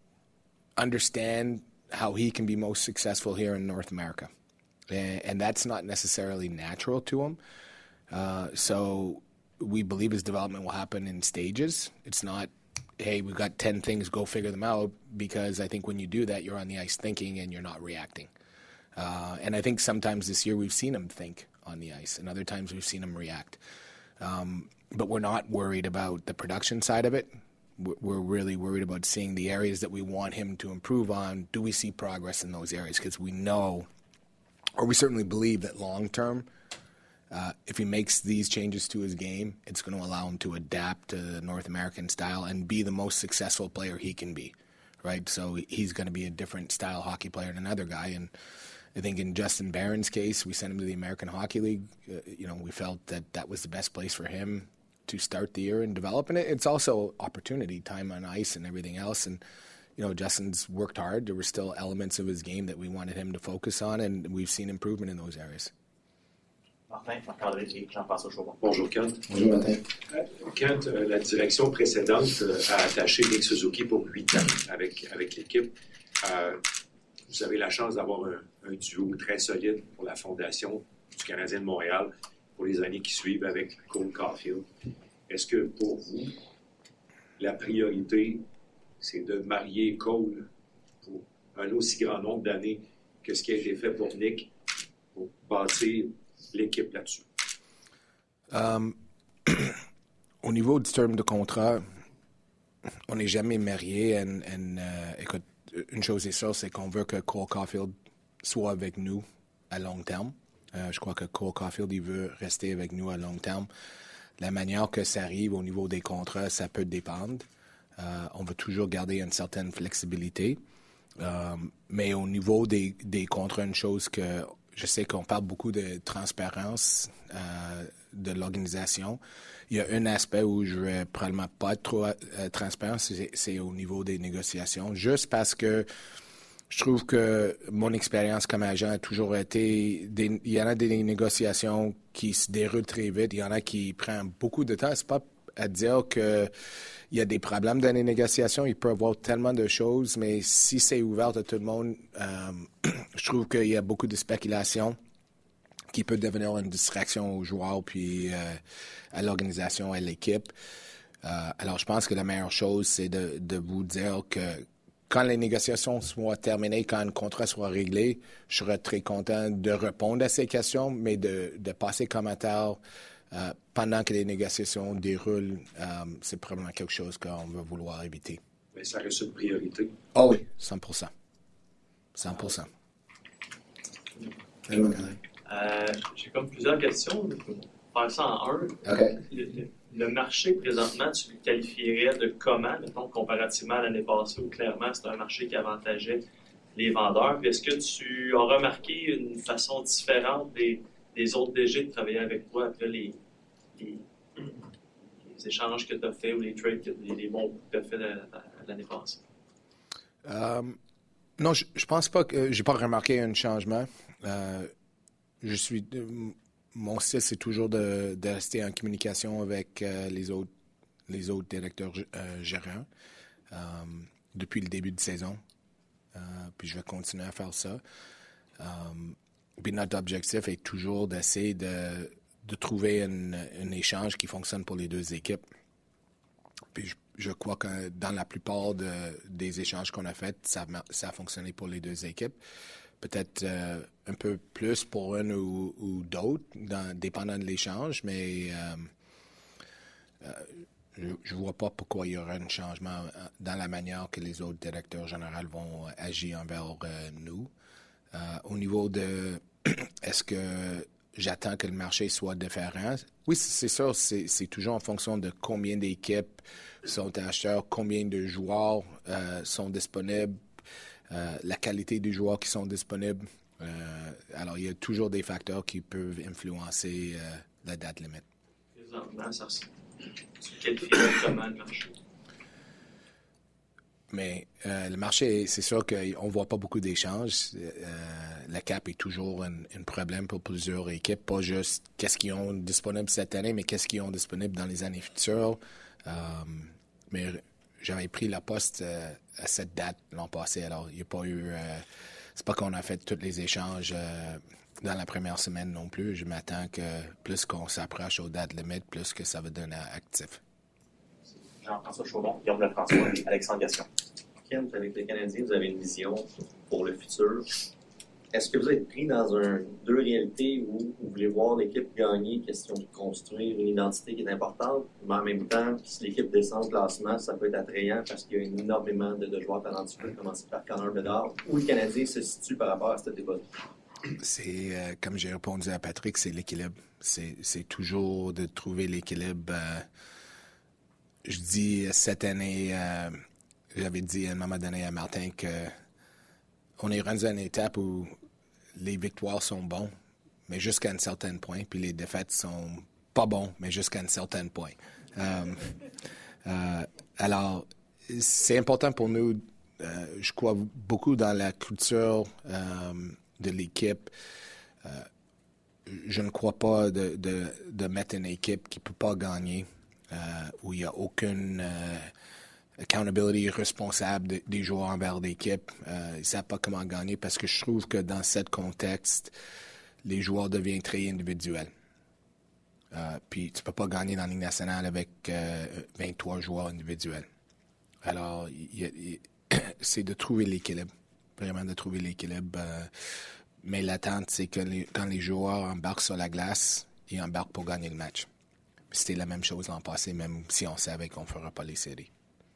understand how he can be most successful here in North America. And that's not necessarily natural to him. So we believe his development will happen in stages. It's not, hey, we've got 10 things, go figure them out, because I think when you do that, you're on the ice thinking and you're not reacting. And I think sometimes this year we've seen him think on the ice, and other times we've seen him react. But we're not worried about the production side of it. We're really worried about seeing the areas that we want him to improve on. Do we see progress in those areas? Because we know, or we certainly believe that long term, if he makes these changes to his game, it's going to allow him to adapt to the North American style and be the most successful player he can be, right? So he's going to be a different style hockey player than another guy. And I think in Justin Barron's case, we sent him to the American Hockey League. We felt that was the best place for him to start the year and develop. And it's also opportunity, time on ice and everything else. And Justin's worked hard. There were still elements of his game that we wanted him to focus on, and we've seen improvement in those areas. Martin, Marc-André, Jean-François Chauvin. Bonjour, Ken. Bonjour, Martin. Quand la direction précédente a attaché Nick Suzuki pour 8 ans avec l'équipe, vous avez la chance d'avoir un duo très solide pour la fondation du Canadien de Montréal pour les années qui suivent avec Cole Caulfield. Est-ce que pour vous, la priorité, c'est de marier Cole pour un aussi grand nombre d'années que ce qui a été fait pour Nick pour bâtir l'équipe là-dessus? Au niveau du terme de contrat, on n'est jamais marié. Écoute, une chose est sûre, c'est qu'on veut que Cole Caulfield soit avec nous à long terme. Je crois que Cole Caulfield, il veut rester avec nous à long terme. La manière que ça arrive au niveau des contrats, ça peut dépendre. On va toujours garder une certaine flexibilité. Mais au niveau des contrats, une chose que je sais qu'on parle beaucoup de transparence de l'organisation. Il y a un aspect où je ne vais probablement pas être trop transparent, c'est au niveau des négociations. Juste parce que je trouve que mon expérience comme agent a toujours été... il y en a des négociations qui se déroulent très vite. Il y en a qui prennent beaucoup de temps. C'est pas à dire qu'il y a des problèmes dans les négociations. Il peut y avoir tellement de choses, mais si c'est ouvert à tout le monde, je trouve qu'il y a beaucoup de spéculation qui peut devenir une distraction aux joueurs puis à l'organisation, à l'équipe. Alors, je pense que la meilleure chose, c'est de vous dire que quand les négociations soient terminées, quand un contrat soit réglé, je serai très content de répondre à ces questions, mais de passer commentaire pendant que les négociations déroulent, c'est probablement quelque chose qu'on va vouloir éviter. Mais ça reste une priorité. Oh oui, 100%. 100%. J'ai comme plusieurs questions. Je vais faire ça en un. Okay. Le marché, présentement, tu le qualifierais de comment, mettons, comparativement à l'année passée, où clairement, c'est un marché qui avantageait les vendeurs. Puis est-ce que tu as remarqué une façon différente des autres DG de travailler avec toi après les échanges que tu as faits ou les trades, les bons coups que tu as faits l'année passée? Non, je pense pas que j'ai pas remarqué un changement. Mon style, c'est toujours de rester en communication avec les autres directeurs gérants depuis le début de saison. Puis je vais continuer à faire ça. Puis notre objectif est toujours d'essayer de trouver un échange qui fonctionne pour les deux équipes. Puis je crois que dans la plupart des échanges qu'on a faits, ça a fonctionné pour les deux équipes. Peut-être un peu plus pour une ou d'autres, dépendant de l'échange, mais je ne vois pas pourquoi il y aura un changement dans la manière que les autres directeurs généraux vont agir envers nous. Au niveau de est-ce que j'attends que le marché soit différent. Oui, c'est sûr, c'est toujours en fonction de combien d'équipes sont acheteurs, combien de joueurs sont disponibles, la qualité des joueurs qui sont disponibles. Alors, il y a toujours des facteurs qui peuvent influencer la date limite. Présentement, ça ressemble. Tu qualifierais comment le marché? Mais le marché, c'est sûr qu'on ne voit pas beaucoup d'échanges. La cap est toujours un problème pour plusieurs équipes, pas juste qu'est-ce qu'ils ont disponible cette année, mais qu'est-ce qu'ils ont disponible dans les années futures. Mais j'avais pris la poste à cette date l'an passé, alors il n'y a pas eu... c'est pas qu'on a fait tous les échanges dans la première semaine non plus. Je m'attends que plus qu'on s'approche aux dates limites, plus que ça va donner actif. Jean-François Chaumont, Guillaume Lefrançois et Alexandre Gaston. Ken, avec les Canadiens, vous avez une vision pour le futur. Est-ce que vous êtes pris dans deux réalités où vous voulez voir l'équipe gagner, question de construire une identité qui est importante, mais en même temps, si l'équipe descend au classement, ça peut être attrayant parce qu'il y a énormément de joueurs talentueux, commencer par Connor Bedard. Où le Canadien se situe par rapport à ce débat? C'est, comme j'ai répondu à Patrick, c'est l'équilibre. C'est toujours de trouver l'équilibre. Je dis cette année, j'avais dit à un moment donné à Martin qu'on est rendu à une étape où les victoires sont bonnes, mais jusqu'à un certain point, puis les défaites sont pas bonnes, mais jusqu'à un certain point. Alors, c'est important pour nous. Je crois beaucoup dans la culture de l'équipe. Je ne crois pas de mettre une équipe qui ne peut pas gagner, où il n'y a aucune accountability responsable des joueurs envers l'équipe. Ils ne savent pas comment gagner parce que je trouve que dans ce contexte, les joueurs deviennent très individuels. Puis tu ne peux pas gagner dans la Ligue nationale avec 23 joueurs individuels. Alors, c'est de trouver l'équilibre, vraiment de trouver l'équilibre. Mais l'attente, c'est que quand les joueurs embarquent sur la glace, ils embarquent pour gagner le match. C'était la même chose l'an passé, même si on savait qu'on ne fera pas les séries.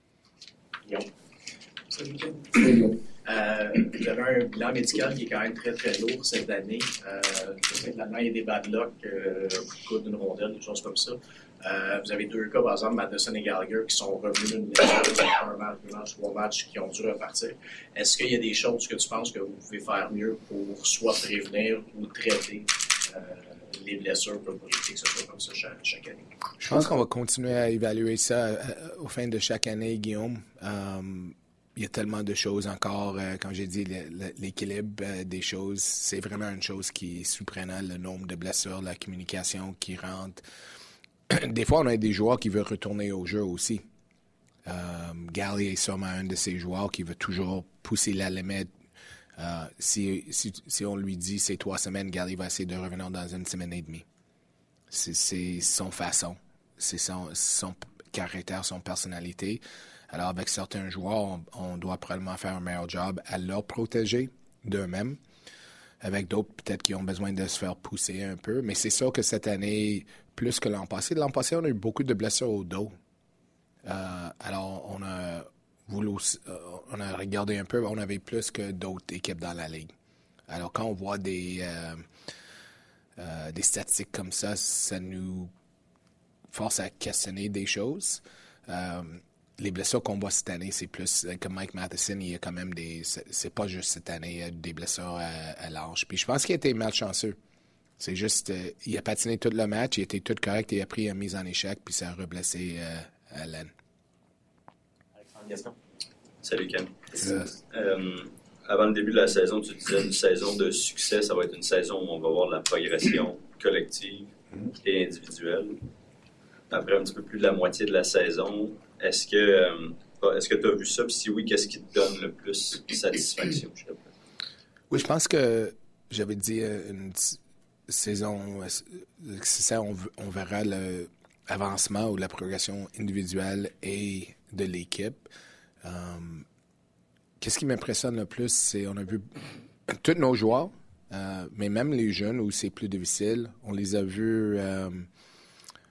Salut, Ken. Vous avez un bilan médical qui est quand même très, très lourd cette année. Finalement, il y a des bad luck, coup d'une rondelle, des choses comme ça. Vous avez deux cas, par exemple, Madison et Gallagher, qui sont revenus d'une blessure, un match, 3 matchs, qui ont dû repartir. Est-ce qu'il y a des choses que tu penses que vous pouvez faire mieux pour soit prévenir ou traiter les blessures pour éviter que ce soit comme ça chaque année? Je pense qu'on va continuer à évaluer ça au fin de chaque année, Guillaume. Il y a tellement de choses encore. Comme j'ai dit, l'équilibre des choses, c'est vraiment une chose qui est surprenante. Le nombre de blessures, la communication qui rentre. Des fois, on a des joueurs qui veulent retourner au jeu aussi. Gally est sûrement un de ces joueurs qui veut toujours pousser la limite. Si on lui dit c'est 3 semaines, Gally va essayer de revenir dans 1 semaine et demie. C'est son façon. C'est son caractère, son personnalité. Alors, avec certains joueurs, on doit probablement faire un meilleur job à leur protéger d'eux-mêmes. Avec d'autres, peut-être, qui ont besoin de se faire pousser un peu. Mais c'est sûr que cette année, plus que l'an passé, on a eu beaucoup de blessures au dos. Alors, on a regardé un peu, on avait plus que d'autres équipes dans la Ligue. Alors, quand on voit des statistiques comme ça, ça nous force à questionner des choses. Les blessures qu'on voit cette année, c'est plus comme Mike Matheson, il y a quand même c'est pas juste cette année, il y a des blessures à l'ange. Puis je pense qu'il a été malchanceux. C'est juste, il a patiné tout le match, il était tout correct, il a pris une mise en échec, puis ça a reblessé à l'aine. Alexandre Gaston. Salut, Cam. Avant le début de la saison, tu disais une saison de succès, ça va être une saison où on va voir de la progression collective et individuelle. Après un petit peu plus de la moitié de la saison, est-ce que tu as vu ça? Puis si oui, qu'est-ce qui te donne le plus de satisfaction? Oui, je pense que j'avais dit une saison, ça, on verra l'avancement ou la progression individuelle et de l'équipe. Qu'est-ce qui m'impressionne le plus, c'est on a vu tous nos joueurs, mais même les jeunes où c'est plus difficile, on les a vus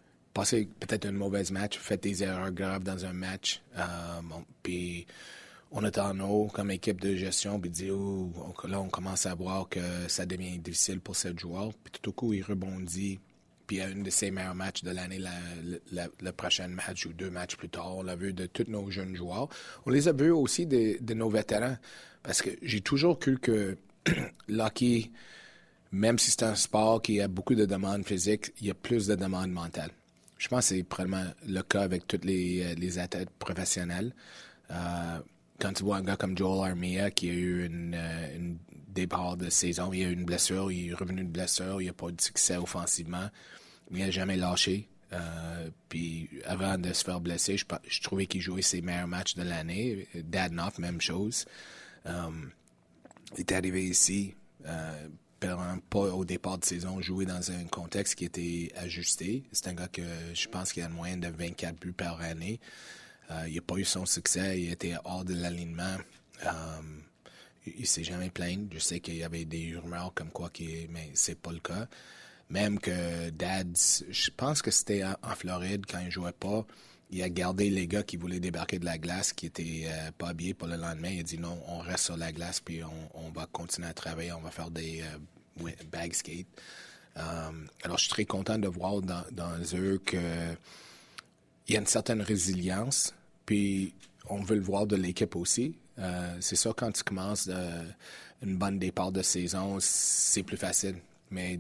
passer peut-être un mauvais match, faire des erreurs graves dans un match. Puis on est en haut comme équipe de gestion, puis dit là, on commence à voir que ça devient difficile pour ce joueur. Puis tout au coup, il rebondit. Puis il y a une de ses meilleurs matchs de l'année, le prochain match ou 2 matchs plus tard. On l'a vu de tous nos jeunes joueurs. On les a vus aussi de nos vétérans. Parce que j'ai toujours cru que l'hockey, même si c'est un sport qui a beaucoup de demandes physiques, il y a plus de demandes mentales. Je pense que c'est probablement le cas avec tous les athlètes professionnels. Quand tu vois un gars comme Joel Armia qui a eu une départ de saison, il a eu une blessure, il est revenu de blessure, il n'a pas eu de succès offensivement, mais il n'a jamais lâché. Puis avant de se faire blesser, je trouvais qu'il jouait ses meilleurs matchs de l'année. Dadonov, même chose. Il est arrivé ici, pas au départ de saison, jouer dans un contexte qui était ajusté. C'est un gars que je pense qu'il a une moyenne de 24 buts par année. Il n'a pas eu son succès, il était hors de l'alignement. Il ne s'est jamais plaint. Je sais qu'il y avait des rumeurs comme quoi, mais c'est pas le cas. Même que Dads, je pense que c'était en Floride quand il ne jouait pas, il a gardé les gars qui voulaient débarquer de la glace, qui n'étaient pas habillés pour le lendemain. Il a dit non, on reste sur la glace, puis on va continuer à travailler, on va faire des bag skate. Alors je suis très content de voir dans eux qu'il y a une certaine résilience. Puis, on veut le voir de l'équipe aussi. C'est sûr, quand tu commences une bonne départ de saison, c'est plus facile. Mais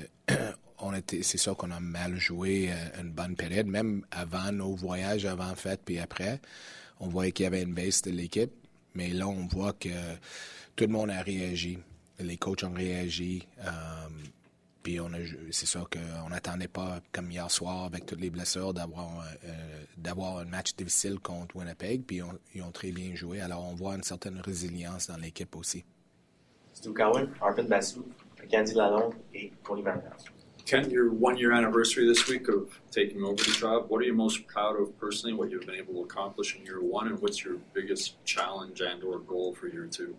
c'est sûr qu'on a mal joué une bonne période. Même avant nos voyages, avant fête, puis après, on voyait qu'il y avait une baisse de l'équipe. Mais là, on voit que tout le monde a réagi. Les coachs ont réagi. Puis c'est sûr qu'on n'attendait pas, comme hier soir, avec toutes les blessures, d'avoir un match difficile contre Winnipeg. Puis ils ont très bien joué. Alors on voit une certaine résilience dans l'équipe aussi. Stu Cowan, Arpin Basu, Candy Lalonde et Cody Barron. Ken, your 1-year anniversary this week of taking over the job. What are you most proud of personally, what you've been able to accomplish in year 1, and what's your biggest challenge and or goal for year 2?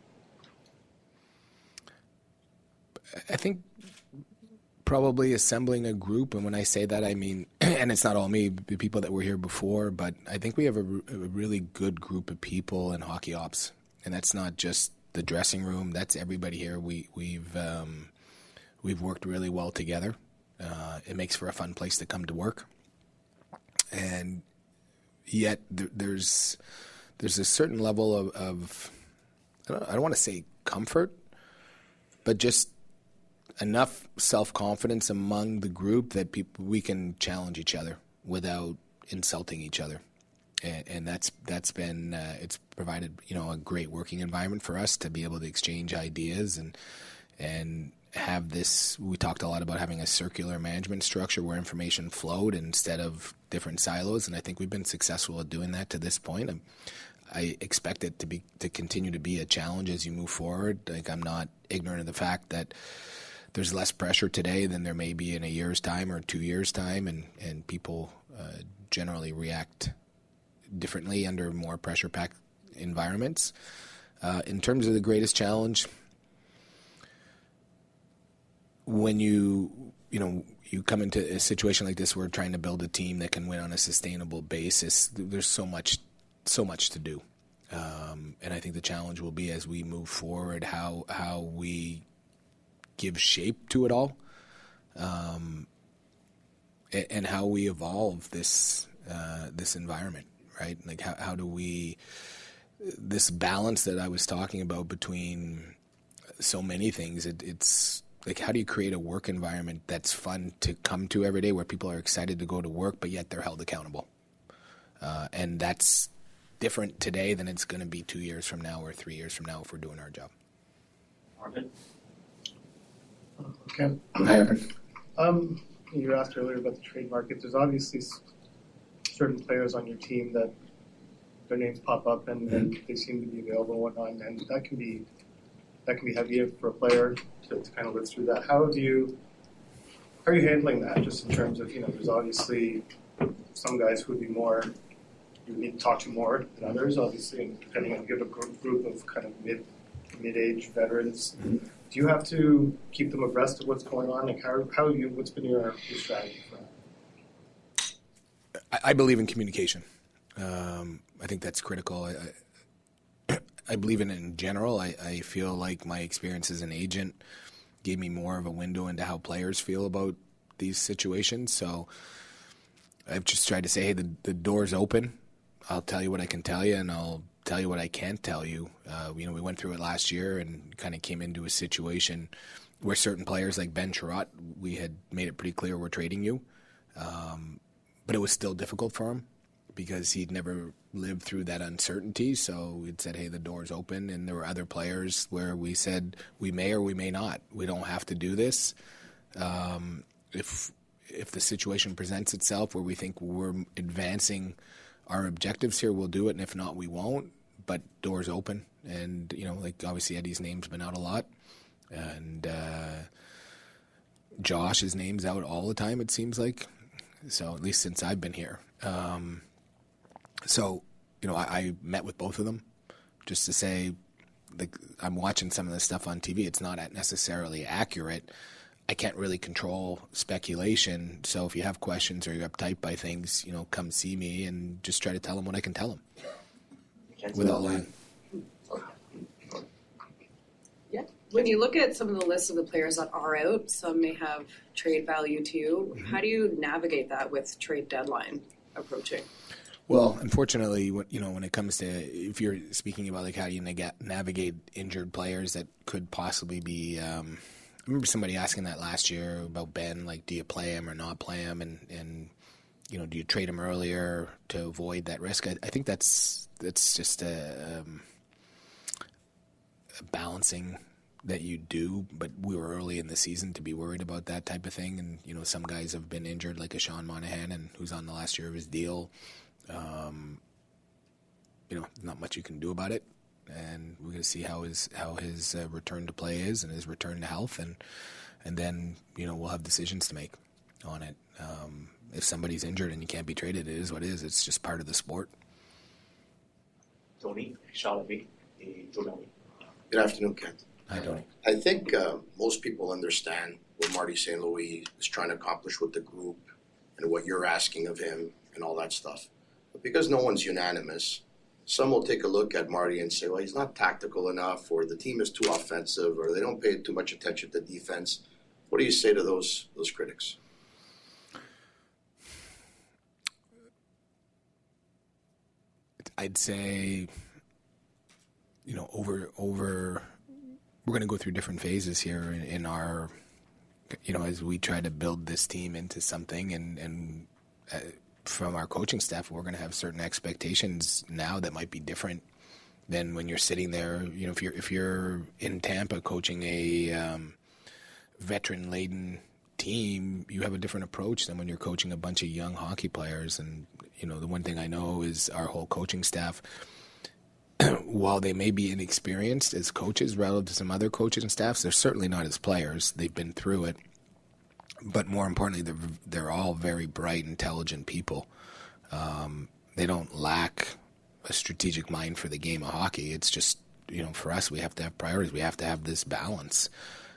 I think probably assembling a group, and when I say that, I mean, and it's not all me, the people that were here before, but I think we have a really good group of people in hockey ops, and that's not just the dressing room. That's everybody here. We've worked really well together. It makes for a fun place to come to work, and yet there's a certain level of I don't want to say comfort, but just enough self-confidence among the group that we can challenge each other without insulting each other, and that's been it's provided a great working environment for us to be able to exchange ideas and have this. We talked a lot about having a circular management structure where information flowed instead of different silos, and I think we've been successful at doing that to this point. I expect it to continue to be a challenge as you move forward. Like, I'm not ignorant of the fact that there's less pressure today than there may be in a year's time or 2 years' time, and people generally react differently under more pressure-packed environments. In terms of the greatest challenge, when you come into a situation like this where we're trying to build a team that can win on a sustainable basis, there's so much to do. And I think the challenge will be, as we move forward, how we give shape to it all, and how we evolve this environment, right? Like how do we, this balance that I was talking about between so many things, it's like, how do you create a work environment that's fun to come to every day, where people are excited to go to work, but yet they're held accountable? And that's different today than it's going to be 2 years from now or 3 years from now if we're doing our job. Arpin? Okay. Hi, Arpin. You were asked earlier about the trade market. There's obviously certain players on your team that their names pop up and they seem to be available and whatnot, and that can be heavy for a player to kind of live through that. How are you handling that, just in terms of, there's obviously some guys who would be more, you would need to talk to more than others, obviously, and depending on, you have a group of kind of mid-age veterans. Mm-hmm. Do you have to keep them abreast of what's going on? Like, what's been your strategy for that? I believe in communication. I think that's critical. I believe in general. I feel like my experience as an agent gave me more of a window into how players feel about these situations. So I've just tried to say, hey, the door's open. I'll tell you what I can tell you, and I'll tell you what I can't tell you. We went through it last year and kind of came into a situation where certain players like Ben Chiarot, we had made it pretty clear we're trading you. But it was still difficult for him because he'd never lived through that uncertainty. So we'd said, hey, the door's open. And there were other players where we said we may or we may not. We don't have to do this. If the situation presents itself where we think we're advancing our objectives here, we'll do it. And if not, we won't. But door's open. And, obviously Eddie's name's been out a lot. And Josh's name's out all the time, it seems like. So at least since I've been here. I met with both of them just to say, I'm watching some of this stuff on TV. It's not necessarily accurate. I can't really control speculation. So if you have questions or you're uptight by things, come see me and just try to tell them what I can tell them. Without lying. Yeah. When you look at some of the lists of the players that are out, some may have trade value too. Mm-hmm. How do you navigate that with trade deadline approaching? Well, unfortunately, when it comes to, if you're speaking about how you navigate injured players that could possibly be, I remember somebody asking that last year about Ben, do you play him or not play him, and do you trade him earlier to avoid that risk? I think that's just a balancing that you do, but we were early in the season to be worried about that type of thing, and some guys have been injured, like a Sean Monahan, and who's on the last year of his deal. Not much you can do about it, and we're going to see how his return to play is and his return to health, and then we'll have decisions to make on it. If somebody's injured and you can't be traded, it is what it is. It's just part of the sport. Tony, Charleville, Good afternoon, Kent. Hi, Tony. I think most people understand what Marty St. Louis is trying to accomplish with the group and what you're asking of him and all that stuff. But because no one's unanimous, some will take a look at Marty and say, well, he's not tactical enough, or the team is too offensive, or they don't pay too much attention to defense. What do you say to those critics? I'd say, over we're going to go through different phases here in our, as we try to build this team into something, and from our coaching staff, we're going to have certain expectations now that might be different than when you're sitting there. If you're in Tampa coaching a veteran-laden team, you have a different approach than when you're coaching a bunch of young hockey players. And the one thing I know is our whole coaching staff, while they may be inexperienced as coaches relative to some other coaches and staffs, they're certainly not as players. They've been through it. But more importantly, they're all very bright, intelligent people. They don't lack a strategic mind for the game of hockey. It's just, for us, we have to have priorities. We have to have this balance.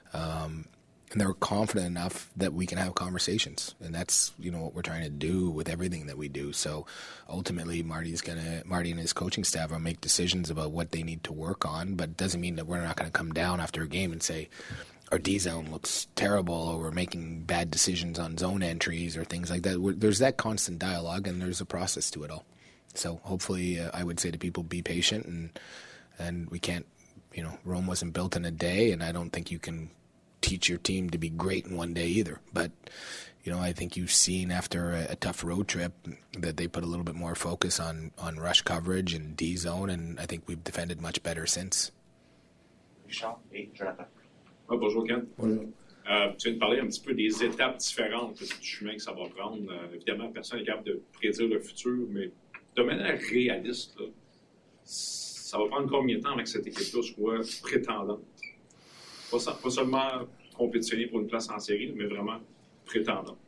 And they're confident enough that we can have conversations. And that's, what we're trying to do with everything that we do. So ultimately, Marty and his coaching staff will make decisions about what they need to work on, but it doesn't mean that we're not going to come down after a game and say, our D-zone looks terrible, or we're making bad decisions on zone entries or things like that. There's that constant dialogue, and there's a process to it all. So hopefully, I would say to people, be patient, and we can't, Rome wasn't built in a day, and I don't think you can teach your team to be great in one day either. But, I think you've seen after a tough road trip that they put a little bit more focus on rush coverage and D-zone, and I think we've defended much better since. Richard et Jonathan. Bonjour, Ken. Bonjour. Tu viens de parler un petit peu des étapes différentes du chemin que ça va prendre. Évidemment, personne n'est capable de prédire le futur, mais de manière réaliste, là, ça va prendre combien de temps avec cette équipe-là soit prétendante? Pas seulement compétitionner pour une place en série, mais vraiment prétendante.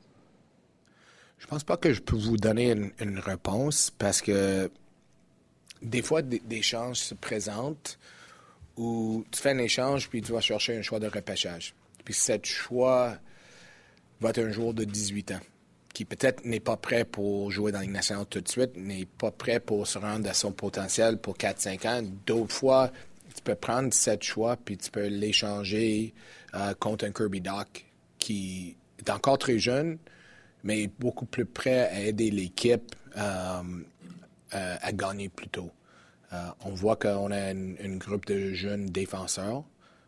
Je pense pas que je peux vous donner une réponse parce que des fois, des chances se présentent où tu fais un échange puis tu vas chercher un choix de repêchage. Puis cet choix va être un joueur de 18 ans. qui peut-être n'est pas prêt pour jouer dans la Ligue nationale tout de suite, n'est pas prêt pour se rendre à son potentiel pour 4-5 ans. D'autres fois, tu peux prendre 7 choix puis tu peux l'échanger contre un Kirby Dach qui est encore très jeune, mais est beaucoup plus prêt à aider l'équipe à gagner plus tôt. On voit qu'on a un groupe de jeunes défenseurs.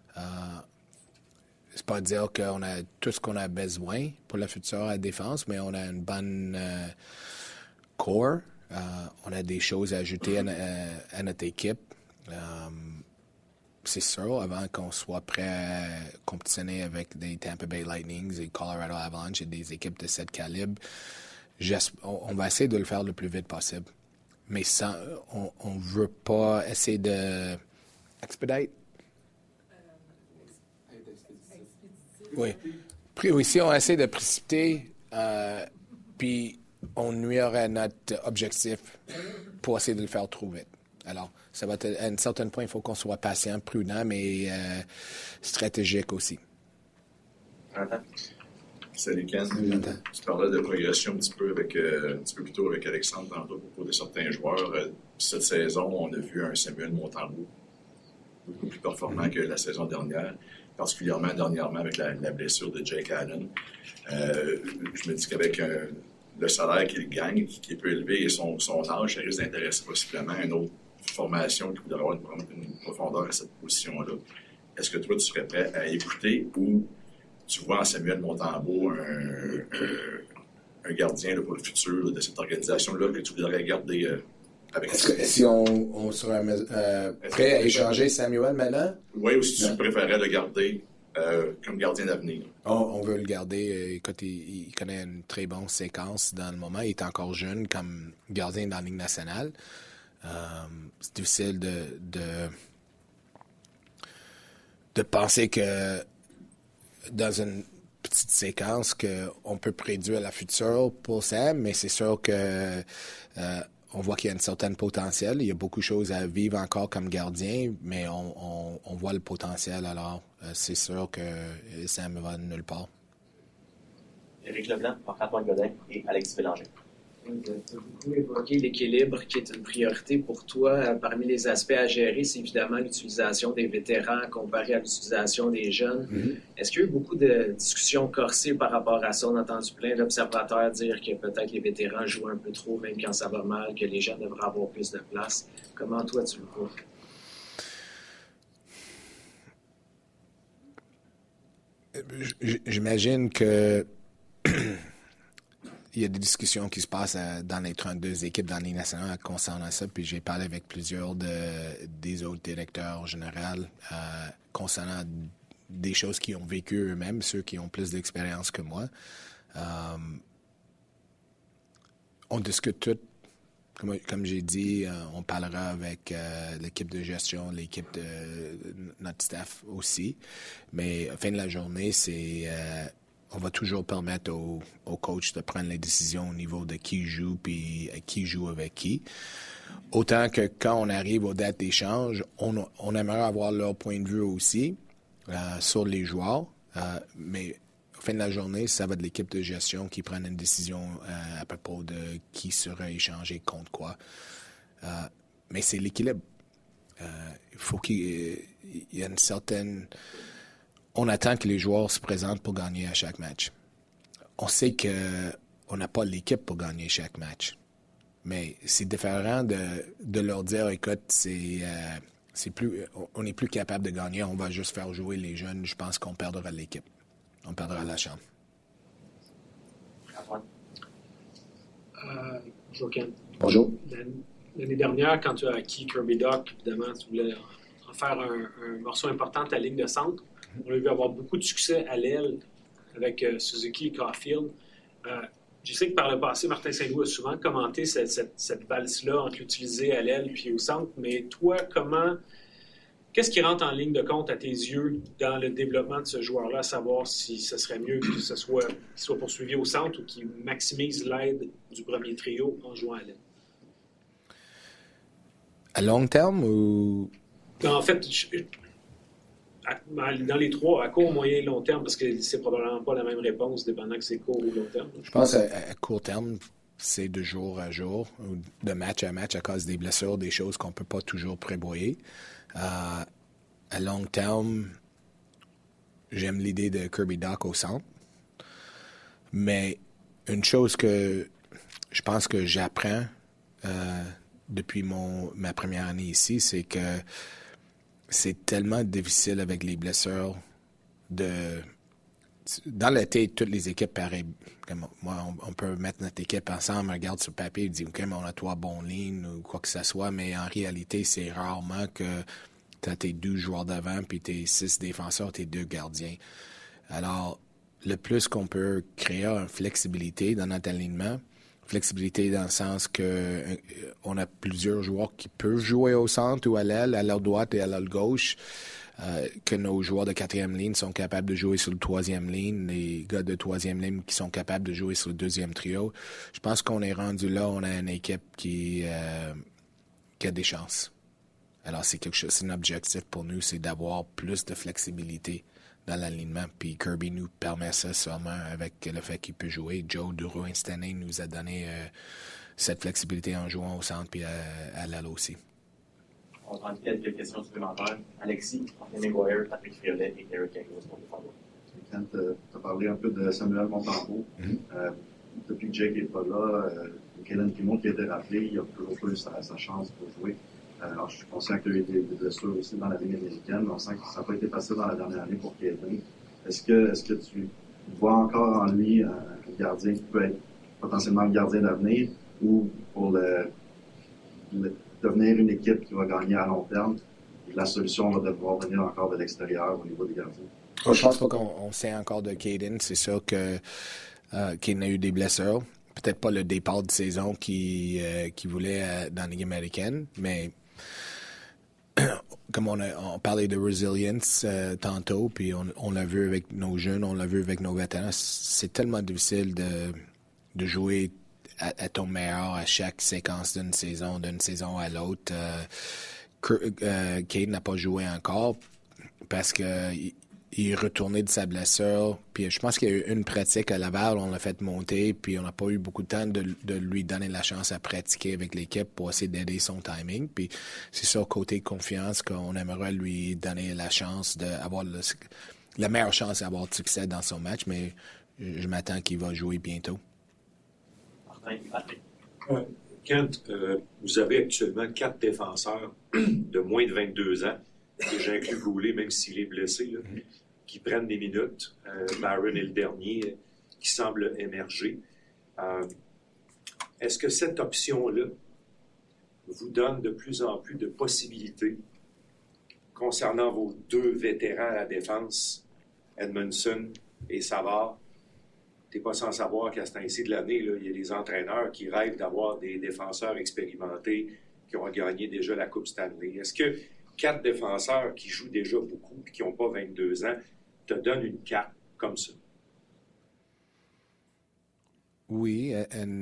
C'est pas dire qu'on a tout ce qu'on a besoin pour la future défense, mais on a une bonne core. On a des choses à ajouter à notre équipe. C'est sûr, avant qu'on soit prêt à compétitionner avec des Tampa Bay Lightnings et Colorado Avalanche et des équipes de ce calibre, on va essayer de le faire le plus vite possible. Mais on ne veut pas essayer de... Expedite? Oui. Oui, si on essaie de précipiter, puis on nuirait à notre objectif pour essayer de le faire trop vite. Alors, ça va être, à un certain point, il faut qu'on soit patient, prudent, mais stratégique aussi. Salut Ken. Tu parlais de progression un petit peu plus tôt avec Alexandre tantôt à propos de certains joueurs. Cette saison, on a vu un Samuel Montembeault beaucoup plus performant que la saison dernière, particulièrement dernièrement avec la blessure de Jake Allen. Je me dis qu'avec le salaire qu'il gagne, qui est peu élevé, et son âge, ça risque d'intéresser possiblement une autre formation qui voudrait avoir une profondeur à cette position-là. Est-ce que toi, tu serais prêt à écouter ou tu vois en Samuel Montembeault un gardien là, pour le futur là, de cette organisation-là que tu voudrais garder avec toi? Si on serait prêt à échanger Samuel maintenant? Oui, ou si tu préférais le garder comme gardien d'avenir. On veut le garder. Écoute, il connaît une très bonne séquence dans le moment. Il est encore jeune comme gardien dans la Ligue nationale. C'est difficile de penser que dans une petite séquence qu'on peut prédire la future pour Sam, mais c'est sûr que on voit qu'il y a un certain potentiel. Il y a beaucoup de choses à vivre encore comme gardien, mais on voit le potentiel. Alors, c'est sûr que Sam va nulle part. Éric Leblanc, Marc-Antoine Godin et Alexis Bélanger. Tu as beaucoup évoqué l'équilibre qui est une priorité pour toi. Parmi les aspects à gérer, c'est évidemment l'utilisation des vétérans comparée à l'utilisation des jeunes. Mm-hmm. Est-ce qu'il y a eu beaucoup de discussions corsées par rapport à ça? On a entendu plein d'observateurs dire que peut-être les vétérans jouent un peu trop, même quand ça va mal, que les jeunes devraient avoir plus de place. Comment toi tu le vois? J'imagine que il y a des discussions qui se passent dans les 32 équipes dans la Ligue nationale concernant ça, puis j'ai parlé avec plusieurs des autres directeurs généraux concernant des choses qu'ils ont vécues eux-mêmes, ceux qui ont plus d'expérience que moi. On discute tout. Comme j'ai dit, on parlera avec l'équipe de gestion, l'équipe de notre staff aussi. Mais à la fin de la journée, on va toujours permettre aux coachs de prendre les décisions au niveau de qui joue puis qui joue avec qui. Autant que quand on arrive aux dates d'échange, on aimerait avoir leur point de vue aussi sur les joueurs. Mais au fin de la journée, ça va de l'équipe de gestion qui prend une décision à propos de qui sera échangé contre quoi. Mais c'est l'équilibre. Il faut qu'il y ait une certaine... On attend que les joueurs se présentent pour gagner à chaque match. On sait qu'on n'a pas l'équipe pour gagner chaque match. Mais c'est différent de leur dire, écoute, on n'est plus capable de gagner, on va juste faire jouer les jeunes. Je pense qu'on perdra l'équipe. On perdra la chambre. Bonjour Ken. Bonjour. L'année dernière, quand tu as acquis Kirby Dach, évidemment, tu voulais en faire un morceau important de ta ligne de centre. On a vu avoir beaucoup de succès à l'aile avec Suzuki et Caulfield. Je sais que par le passé, Martin Saint-Louis a souvent commenté cette valse-là entre l'utiliser à l'aile puis au centre. Mais toi, qu'est-ce qui rentre en ligne de compte à tes yeux dans le développement de ce joueur-là, à savoir si ce serait mieux que ce soit poursuivi au centre ou qu'il maximise l'aide du premier trio en jouant à l'aile? À long terme ou... En fait, dans les trois, à court, moyen et long terme, parce que c'est probablement pas la même réponse, dépendant que c'est court ou long terme. Je pense à court terme, c'est de jour à jour, ou de match à match à cause des blessures, des choses qu'on ne peut pas toujours prévoir. À long terme, j'aime l'idée de Kirby Dach au centre. Mais une chose que je pense que j'apprends depuis ma première année ici, c'est que c'est tellement difficile avec les blessures dans l'été, toutes les équipes pareil. Comme moi, on peut mettre notre équipe ensemble, on regarde sur papier et dire OK, mais on a 3 bons lignes ou quoi que ce soit, mais en réalité, c'est rarement que tu as tes 12 joueurs d'avant, puis tes 6 défenseurs, tes 2 gardiens. Alors, le plus qu'on peut créer une flexibilité dans notre alignement, flexibilité dans le sens que on a plusieurs joueurs qui peuvent jouer au centre ou à l'aile droite et à l'aile gauche, que nos joueurs de 4e ligne sont capables de jouer sur le 3e ligne, les gars de 3e ligne qui sont capables de jouer sur le 2e trio. Je pense qu'on est rendu là, on a une équipe qui a des chances. Alors, c'est un objectif pour nous, c'est d'avoir plus de flexibilité dans l'alignement. Puis Kirby nous permet ça seulement avec le fait qu'il peut jouer. Joe Drouin-Stanley nous a donné cette flexibilité en jouant au centre puis à l'aile aussi. On prend quelques questions supplémentaires. Alexis, Anthony McGuire, Patrick Friolet et Eric Engels pour défendre. Quand tu as parlé un peu de Samuel Montembeault, depuis que Jake n'est pas là, Kellen Primo qui a été rappelé, il a toujours pas eu sa chance pour jouer. Alors, je suis conscient qu'il y a eu des blessures aussi dans la ligne américaine, mais on sent que ça n'a pas été facile dans la dernière année pour Kellen. Est-ce que tu vois encore en lui un gardien qui peut être potentiellement le gardien d'avenir ou pour devenir une équipe qui va gagner à long terme, et la solution va devoir venir encore de l'extérieur au niveau des gardiens? Je pense pas qu'on sait encore de Caden. C'est sûr que Caden a eu des blessures. Peut-être pas le départ de saison qu'il voulait dans la Ligue américaine, mais comme on parlait de resilience tantôt, puis on l'a vu avec nos jeunes, on l'a vu avec nos vétérans, c'est tellement difficile de jouer à ton meilleur à chaque séquence d'une saison à l'autre. Cade n'a pas joué encore parce qu'il est retourné de sa blessure. Puis je pense qu'il y a eu une pratique à Laval, on l'a fait monter, puis on n'a pas eu beaucoup de temps de lui donner la chance à pratiquer avec l'équipe pour essayer d'aider son timing. Puis c'est sûr, côté confiance, qu'on aimerait lui donner la chance d'avoir la meilleure chance d'avoir du succès dans son match, mais je m'attends qu'il va jouer bientôt. Kent, vous avez actuellement 4 défenseurs de moins de 22 ans, et j'inclus Goulet, même s'il est blessé, là, qui prennent des minutes. Barron est le dernier qui semble émerger. Est-ce que cette option-là vous donne de plus en plus de possibilités concernant vos 2 vétérans à la défense, Edmondson et Savard? Tu n'es pas sans savoir qu'à ce temps-ci de l'année, là, il y a des entraîneurs qui rêvent d'avoir des défenseurs expérimentés qui ont gagné déjà la Coupe Stanley. Est-ce que 4 défenseurs qui jouent déjà beaucoup et qui n'ont pas 22 ans te donnent une carte comme ça? Oui,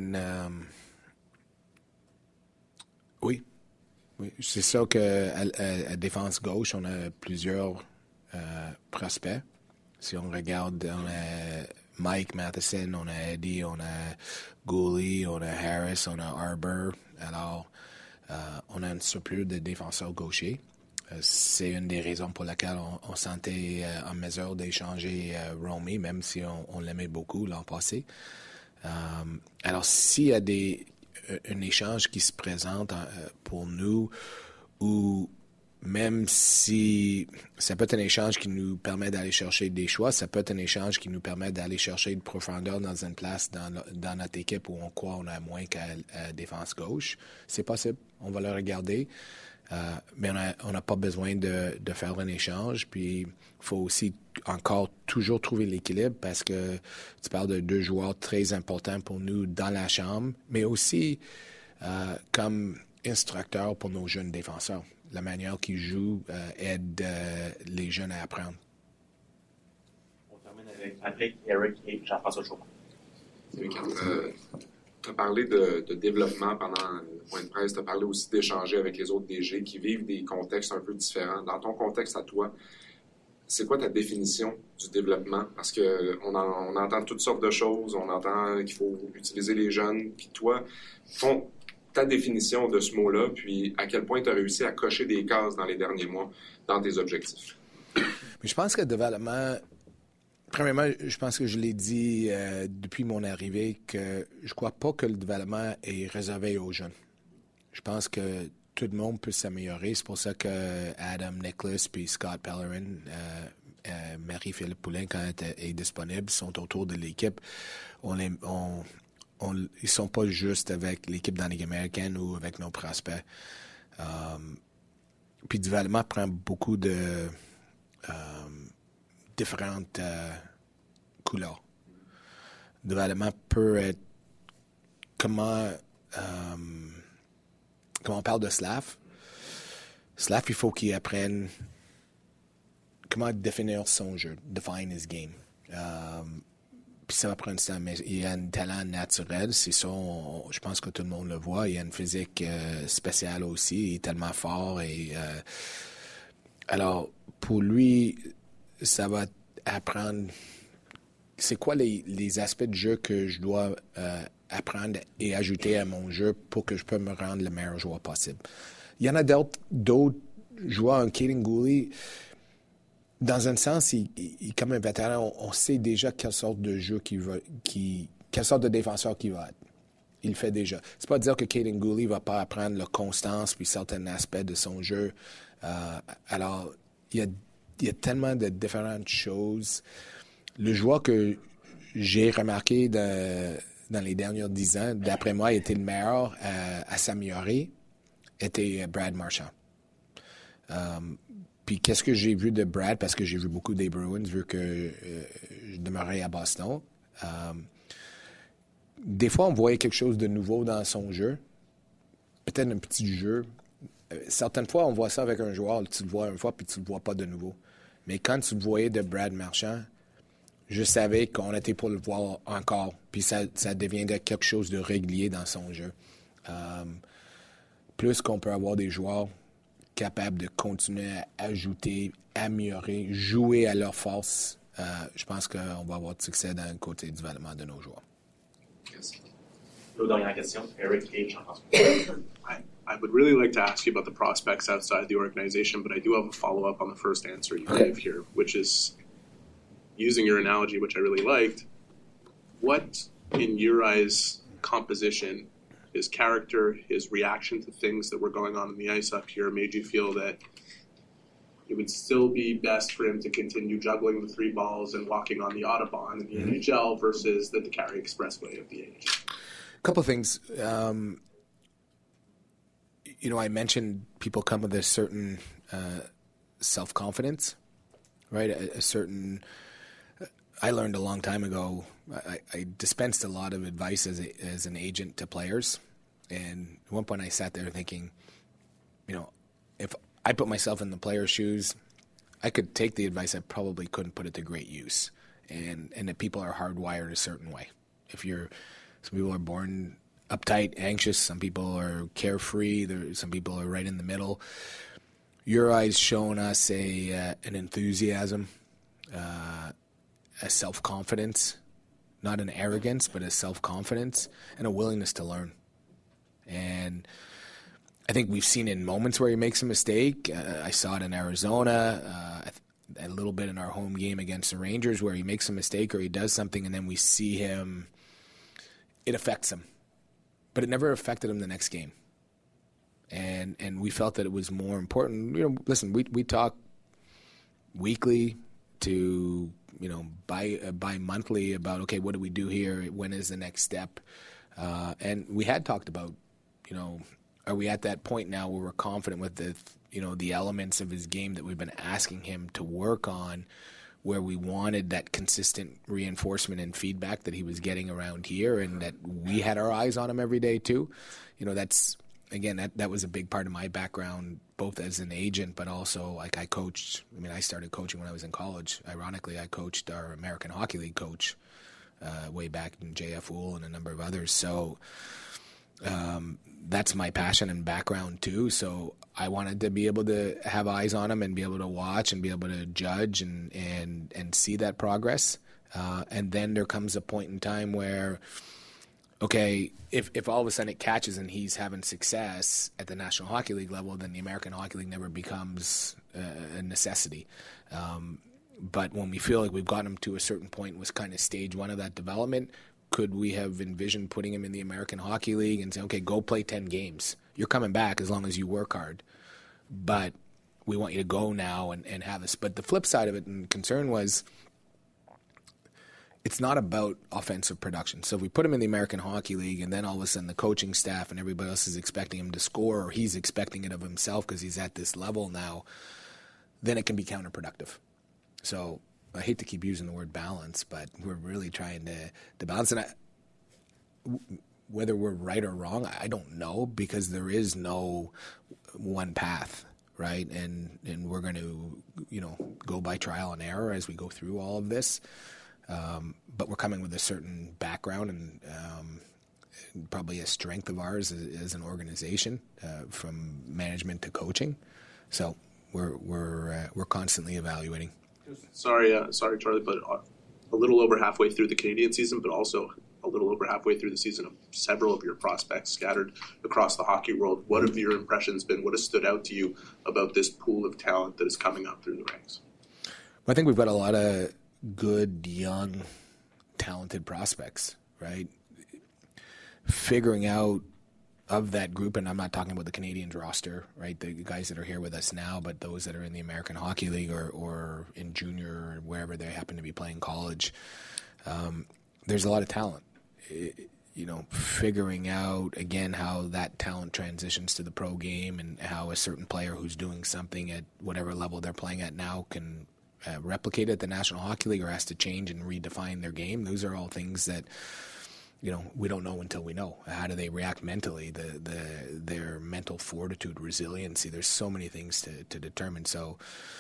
oui. C'est sûr qu'à défense gauche, on a plusieurs prospects. Si on regarde, on a Mike Matheson, on a Eddie, on a Gooley, on a Harris, on a Arbor. Alors, on a un surplus de défenseurs gauchers. C'est une des raisons pour laquelle on sentait en mesure d'échanger Romy, même si on l'aimait beaucoup l'an passé. Alors, s'il y a un échange qui se présente pour nous, ou même si ça peut être un échange qui nous permet d'aller chercher des choix, ça peut être un échange qui nous permet d'aller chercher de profondeur dans une place dans notre équipe où on croit qu'on a moins qu'à défense gauche. C'est possible, on va le regarder. Mais on n'a pas besoin de faire un échange. Puis, il faut aussi encore toujours trouver l'équilibre parce que tu parles de 2 joueurs très importants pour nous dans la chambre, mais aussi comme instructeur pour nos jeunes défenseurs. La manière qu'ils jouent aide les jeunes à apprendre. On termine avec Patrick, Eric et Jean-François Chauvin. Tu as parlé de développement pendant le point de presse. Tu as parlé aussi d'échanger avec les autres DG qui vivent des contextes un peu différents. Dans ton contexte à toi, c'est quoi ta définition du développement? Parce qu'on entend toutes sortes de choses, on entend qu'il faut utiliser les jeunes, puis toi, ta définition de ce mot-là, puis à quel point tu as réussi à cocher des cases dans les derniers mois dans tes objectifs? Mais je pense que le développement, premièrement, je pense que je l'ai dit depuis mon arrivée, que je crois pas que le développement est réservé aux jeunes. Je pense que tout le monde peut s'améliorer. C'est pour ça que Adam Nicholas puis Scott Pellerin, Marie-Philippe Poulin, quand elle est disponible, sont autour de l'équipe. Ils sont pas juste avec l'équipe dans la Ligue américaine ou avec nos prospects. Puis le développement prend beaucoup de différentes couleurs. Le développement peut être comment on parle de Slav, il faut qu'il apprenne comment définir son jeu, define his game. Puis ça va prendre du temps, mais il a un talent naturel, c'est ça, je pense que tout le monde le voit. Il a une physique spéciale aussi, il est tellement fort. Alors, pour lui, ça va apprendre c'est quoi les aspects de jeu que je dois apprendre et ajouter à mon jeu pour que je puisse me rendre le meilleur joueur possible. Il y en a d'autres joueurs, un Kaden Guhle, dans un sens, il comme un vétéran, on sait déjà quelle sorte de jeu quelle sorte de défenseur qu'il va être. Il le fait déjà. C'est pas dire que Kaden Guhle va pas apprendre la constance puis certains aspects de son jeu. Alors, il y a tellement de différentes choses. Le joueur que j'ai remarqué dans les derniers 10 ans, d'après moi, était le meilleur à s'améliorer, était Brad Marchand. Puis qu'est-ce que j'ai vu de Brad, parce que j'ai vu beaucoup des Bruins, vu que je demeurais à Boston. Des fois, on voyait quelque chose de nouveau dans son jeu. Peut-être un petit jeu. Certaines fois, on voit ça avec un joueur, tu le vois une fois, puis tu le vois pas de nouveau. Mais quand tu le voyais de Brad Marchand, je savais qu'on était pour le voir encore. Puis ça deviendrait quelque chose de régulier dans son jeu. Plus qu'on peut avoir des joueurs capables de continuer à ajouter, améliorer, jouer à leur force, je pense qu'on va avoir du succès dans le côté du développement de nos joueurs. Merci. Dernière question, Eric et Jean-François. I would really like to ask you about the prospects outside the organization, but I do have a follow-up on the first answer you gave here, which is using your analogy, which I really liked. What, in your eyes, composition, his character, his reaction to things that were going on in the ice up here made you feel that it would still be best for him to continue juggling the 3 balls and walking on the Autobahn in the NHL versus the Carey Expressway of the AHL? A couple of things. I mentioned people come with a certain self-confidence, right? A certain... I learned a long time ago, I dispensed a lot of advice as an agent to players. And at one point I sat there thinking, if I put myself in the player's shoes, I could take the advice, I probably couldn't put it to great use. And that people are hardwired a certain way. Some people are born uptight, anxious. Some people are carefree. Some people are right in the middle. Your eyes shown us an enthusiasm, a self-confidence, not an arrogance, but a self-confidence and a willingness to learn. And I think we've seen in moments where he makes a mistake. I saw it in Arizona, a little bit in our home game against the Rangers where he makes a mistake or he does something and then we see him, it affects him. But it never affected him the next game. And we felt that it was more important. Listen, we talk weekly to, bi-monthly about, okay, what do we do here? When is the next step? And we had talked about, are we at that point now where we're confident with the elements of his game that we've been asking him to work on, where we wanted that consistent reinforcement and feedback that he was getting around here and that we had our eyes on him every day too. That's, again, that was a big part of my background, both as an agent, but also like I coached. I started coaching when I was in college. Ironically, I coached our American Hockey League coach way back in J.F. Wool and a number of others. So That's my passion and background too. So I wanted to be able to have eyes on him and be able to watch and be able to judge and see that progress. And then there comes a point in time where, okay, if all of a sudden it catches and he's having success at the National Hockey League level, then the American Hockey League never becomes a necessity. But when we feel like we've gotten him to a certain point, was kind of stage one of that development, could we have envisioned putting him in the American Hockey League and saying, okay, go play 10 games. You're coming back as long as you work hard. But we want you to go now and have this. But the flip side of it and concern was it's not about offensive production. So if we put him in the American Hockey League and then all of a sudden the coaching staff and everybody else is expecting him to score or he's expecting it of himself because he's at this level now, then it can be counterproductive. So I hate to keep using the word balance, but we're really trying to balance. And whether we're right or wrong, I don't know, because there is no one path, right? And we're going to, go by trial and error as we go through all of this. But we're coming with a certain background and probably a strength of ours as an organization, from management to coaching. So we're constantly evaluating. Sorry, Charlie, but a little over halfway through the Canadian season, but also a little over halfway through the season of several of your prospects scattered across the hockey world. What have your impressions been? What has stood out to you about this pool of talent that is coming up through the ranks? Well, I think we've got a lot of good, young, talented prospects, right? Figuring out of that group, and I'm not talking about the Canadians roster, right? The guys that are here with us now, but those that are in the American Hockey League or in junior or wherever they happen to be playing college, there's a lot of talent. Figuring out, again, how that talent transitions to the pro game and how a certain player who's doing something at whatever level they're playing at now can replicate it at the National Hockey League or has to change and redefine their game. Those are all things that we don't know until we know. How do they react mentally? Their mental fortitude, resiliency. There's so many things to determine. So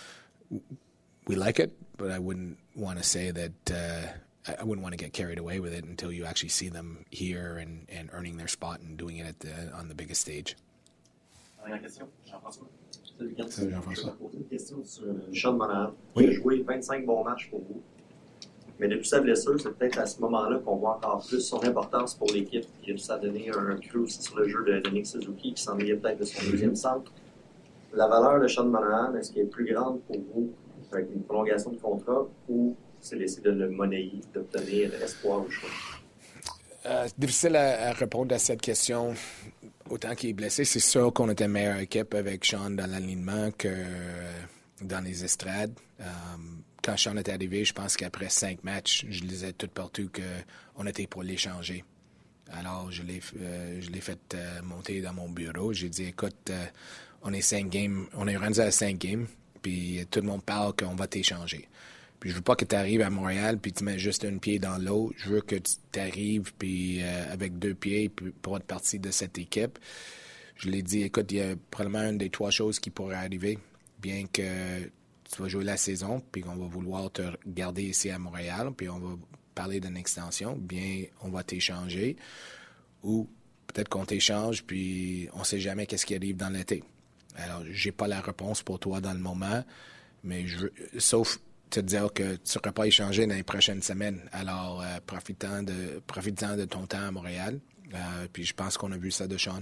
we like it, but I wouldn't want to say that. I wouldn't want to get carried away with it until you actually see them here and earning their spot and doing it on the biggest stage. Dernière question, Jean-François. Salut Jean-François. Je vais poser une question sur Sean Monahan. Il a joué 25 bons matchs pour vous. Mais depuis sa blessure, c'est peut-être à ce moment-là qu'on voit encore plus son importance pour l'équipe. Il a dû donner un cru aussi sur le jeu de Nick Suzuki, qui s'ennuyait peut-être de son deuxième centre. La valeur de Sean Monahan, est-ce qu'elle est plus grande pour vous avec une prolongation de contrat ou c'est d'essayer de le monnayer, d'obtenir l'espoir au choix? Difficile à répondre à cette question. Autant qu'il est blessé, c'est sûr qu'on était meilleure équipe avec Sean dans l'alignement que dans les estrades. Quand Sean est arrivé, je pense qu'après 5 matchs, je disais tout partout qu'on était pour l'échanger. Alors, je l'ai fait monter dans mon bureau. J'ai dit, écoute, on est rendu à 5 games, puis tout le monde parle qu'on va t'échanger. Puis je veux pas que tu arrives à Montréal puis tu mets juste un pied dans l'eau. Je veux que tu arrives puis avec 2 pieds pour être partie de cette équipe. Je l'ai dit, écoute, il y a probablement une des 3 choses qui pourraient arriver. Bien que tu vas jouer la saison puis qu'on va vouloir te garder ici à Montréal puis on va parler d'une extension, bien on va t'échanger ou peut-être qu'on t'échange puis on sait jamais qu'est-ce qui arrive dans l'été. Alors, j'ai pas la réponse pour toi dans le moment, mais sauf te dire que tu ne seras pas échangé dans les prochaines semaines. Alors, profitant de ton temps à Montréal. Puis je pense qu'on a vu ça de Sean.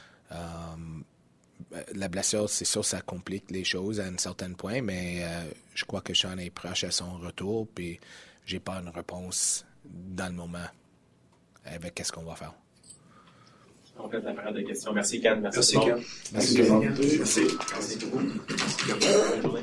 La blessure, c'est sûr, ça complique les choses à un certain point, mais je crois que Sean est proche à son retour, puis j'ai pas une réponse dans le moment avec qu'est-ce qu'on va faire. On fait la période de questions. Merci, Ken. Merci, Ken. Merci. Merci beaucoup. Bonne journée.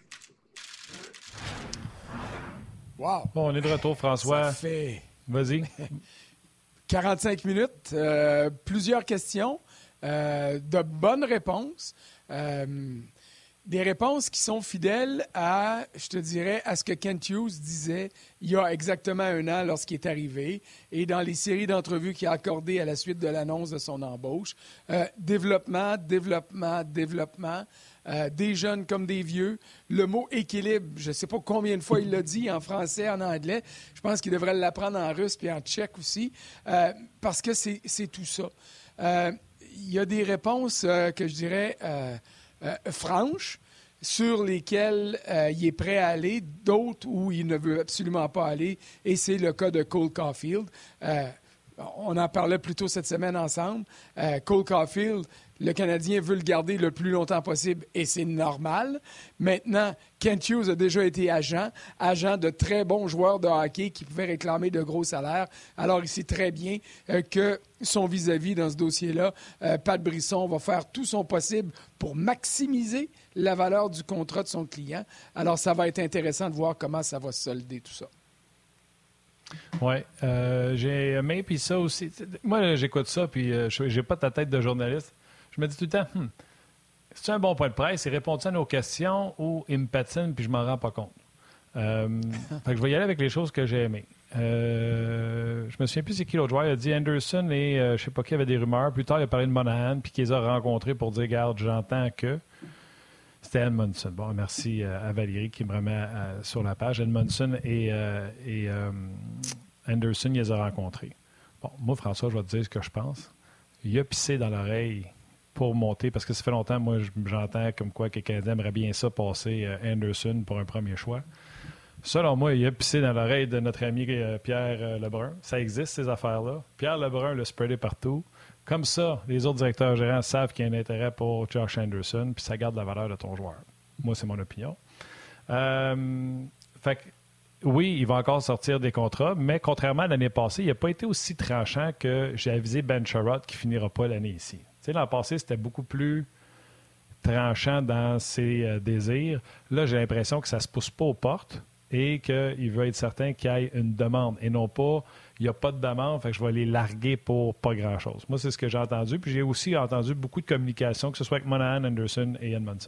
Wow. Bon, on est de retour, François. Ça fait... Vas-y. 45 minutes, plusieurs questions, de bonnes réponses. Des réponses qui sont fidèles à, je te dirais, à ce que Kent Hughes disait il y a exactement 1 an lorsqu'il est arrivé et dans les séries d'entrevues qu'il a accordées à la suite de l'annonce de son embauche. Développement, des jeunes comme des vieux. Le mot équilibre, je ne sais pas combien de fois il l'a dit en français, en anglais. Je pense qu'il devrait l'apprendre en russe puis en tchèque aussi, parce que c'est tout ça. il y a des réponses que je dirais franches, sur lesquelles il est prêt à aller, d'autres où il ne veut absolument pas aller, et c'est le cas de Cole Caulfield. On en parlait plus tôt cette semaine ensemble. Cole Caulfield, le Canadien veut le garder le plus longtemps possible et c'est normal. Maintenant, Kent Hughes a déjà été agent de très bons joueurs de hockey qui pouvaient réclamer de gros salaires. Alors, il sait très bien que son vis-à-vis dans ce dossier-là, Pat Brisson va faire tout son possible pour maximiser la valeur du contrat de son client. Alors, ça va être intéressant de voir comment ça va se solder tout ça. Oui, j'ai aimé, puis ça aussi. Moi, j'écoute ça, puis j'ai pas ta tête de journaliste. Je me dis tout le temps, c'est un bon point de presse, il répond-tu à nos questions ou il me patine, puis je m'en rends pas compte. Fait que je vais y aller avec les choses que j'ai aimées. Je me souviens plus c'est qui l'autre joueur. Il a dit Anderson et je sais pas qui avait des rumeurs. Plus tard, il a parlé de Monahan, puis qu'il les a rencontrés pour dire, regarde, j'entends que... C'était Edmondson. Bon, merci à Valérie qui me remet sur la page. Edmondson et Anderson, il les a rencontrés. Bon, moi, François, je vais te dire ce que je pense. Il a pissé dans l'oreille pour monter, parce que ça fait longtemps, moi, j'entends comme quoi que les Canadiens aimeraient bien ça passer Anderson pour un premier choix. Selon moi, il a pissé dans l'oreille de notre ami Pierre Lebrun. Ça existe, ces affaires-là. Pierre Lebrun l'a spreadé partout. Comme ça, les autres directeurs gérants savent qu'il y a un intérêt pour Josh Anderson, puis ça garde la valeur de ton joueur. Moi, c'est mon opinion. Fait que, oui, il va encore sortir des contrats, mais contrairement à l'année passée, il n'a pas été aussi tranchant que j'ai avisé Ben Sherratt qui ne finira pas l'année ici. Tu sais, l'an passé, c'était beaucoup plus tranchant dans ses désirs. Là, j'ai l'impression que ça ne se pousse pas aux portes et qu'il veut être certain qu'il y ait une demande et non pas il n'y a pas de demande, fait que je vais les larguer pour pas grand-chose. Moi, c'est ce que j'ai entendu. Puis j'ai aussi entendu beaucoup de communication, que ce soit avec Monahan, Anderson et Edmondson.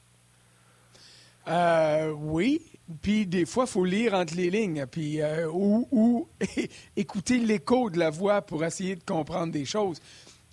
Oui. Puis des fois, il faut lire entre les lignes. Puis, ou écouter l'écho de la voix pour essayer de comprendre des choses.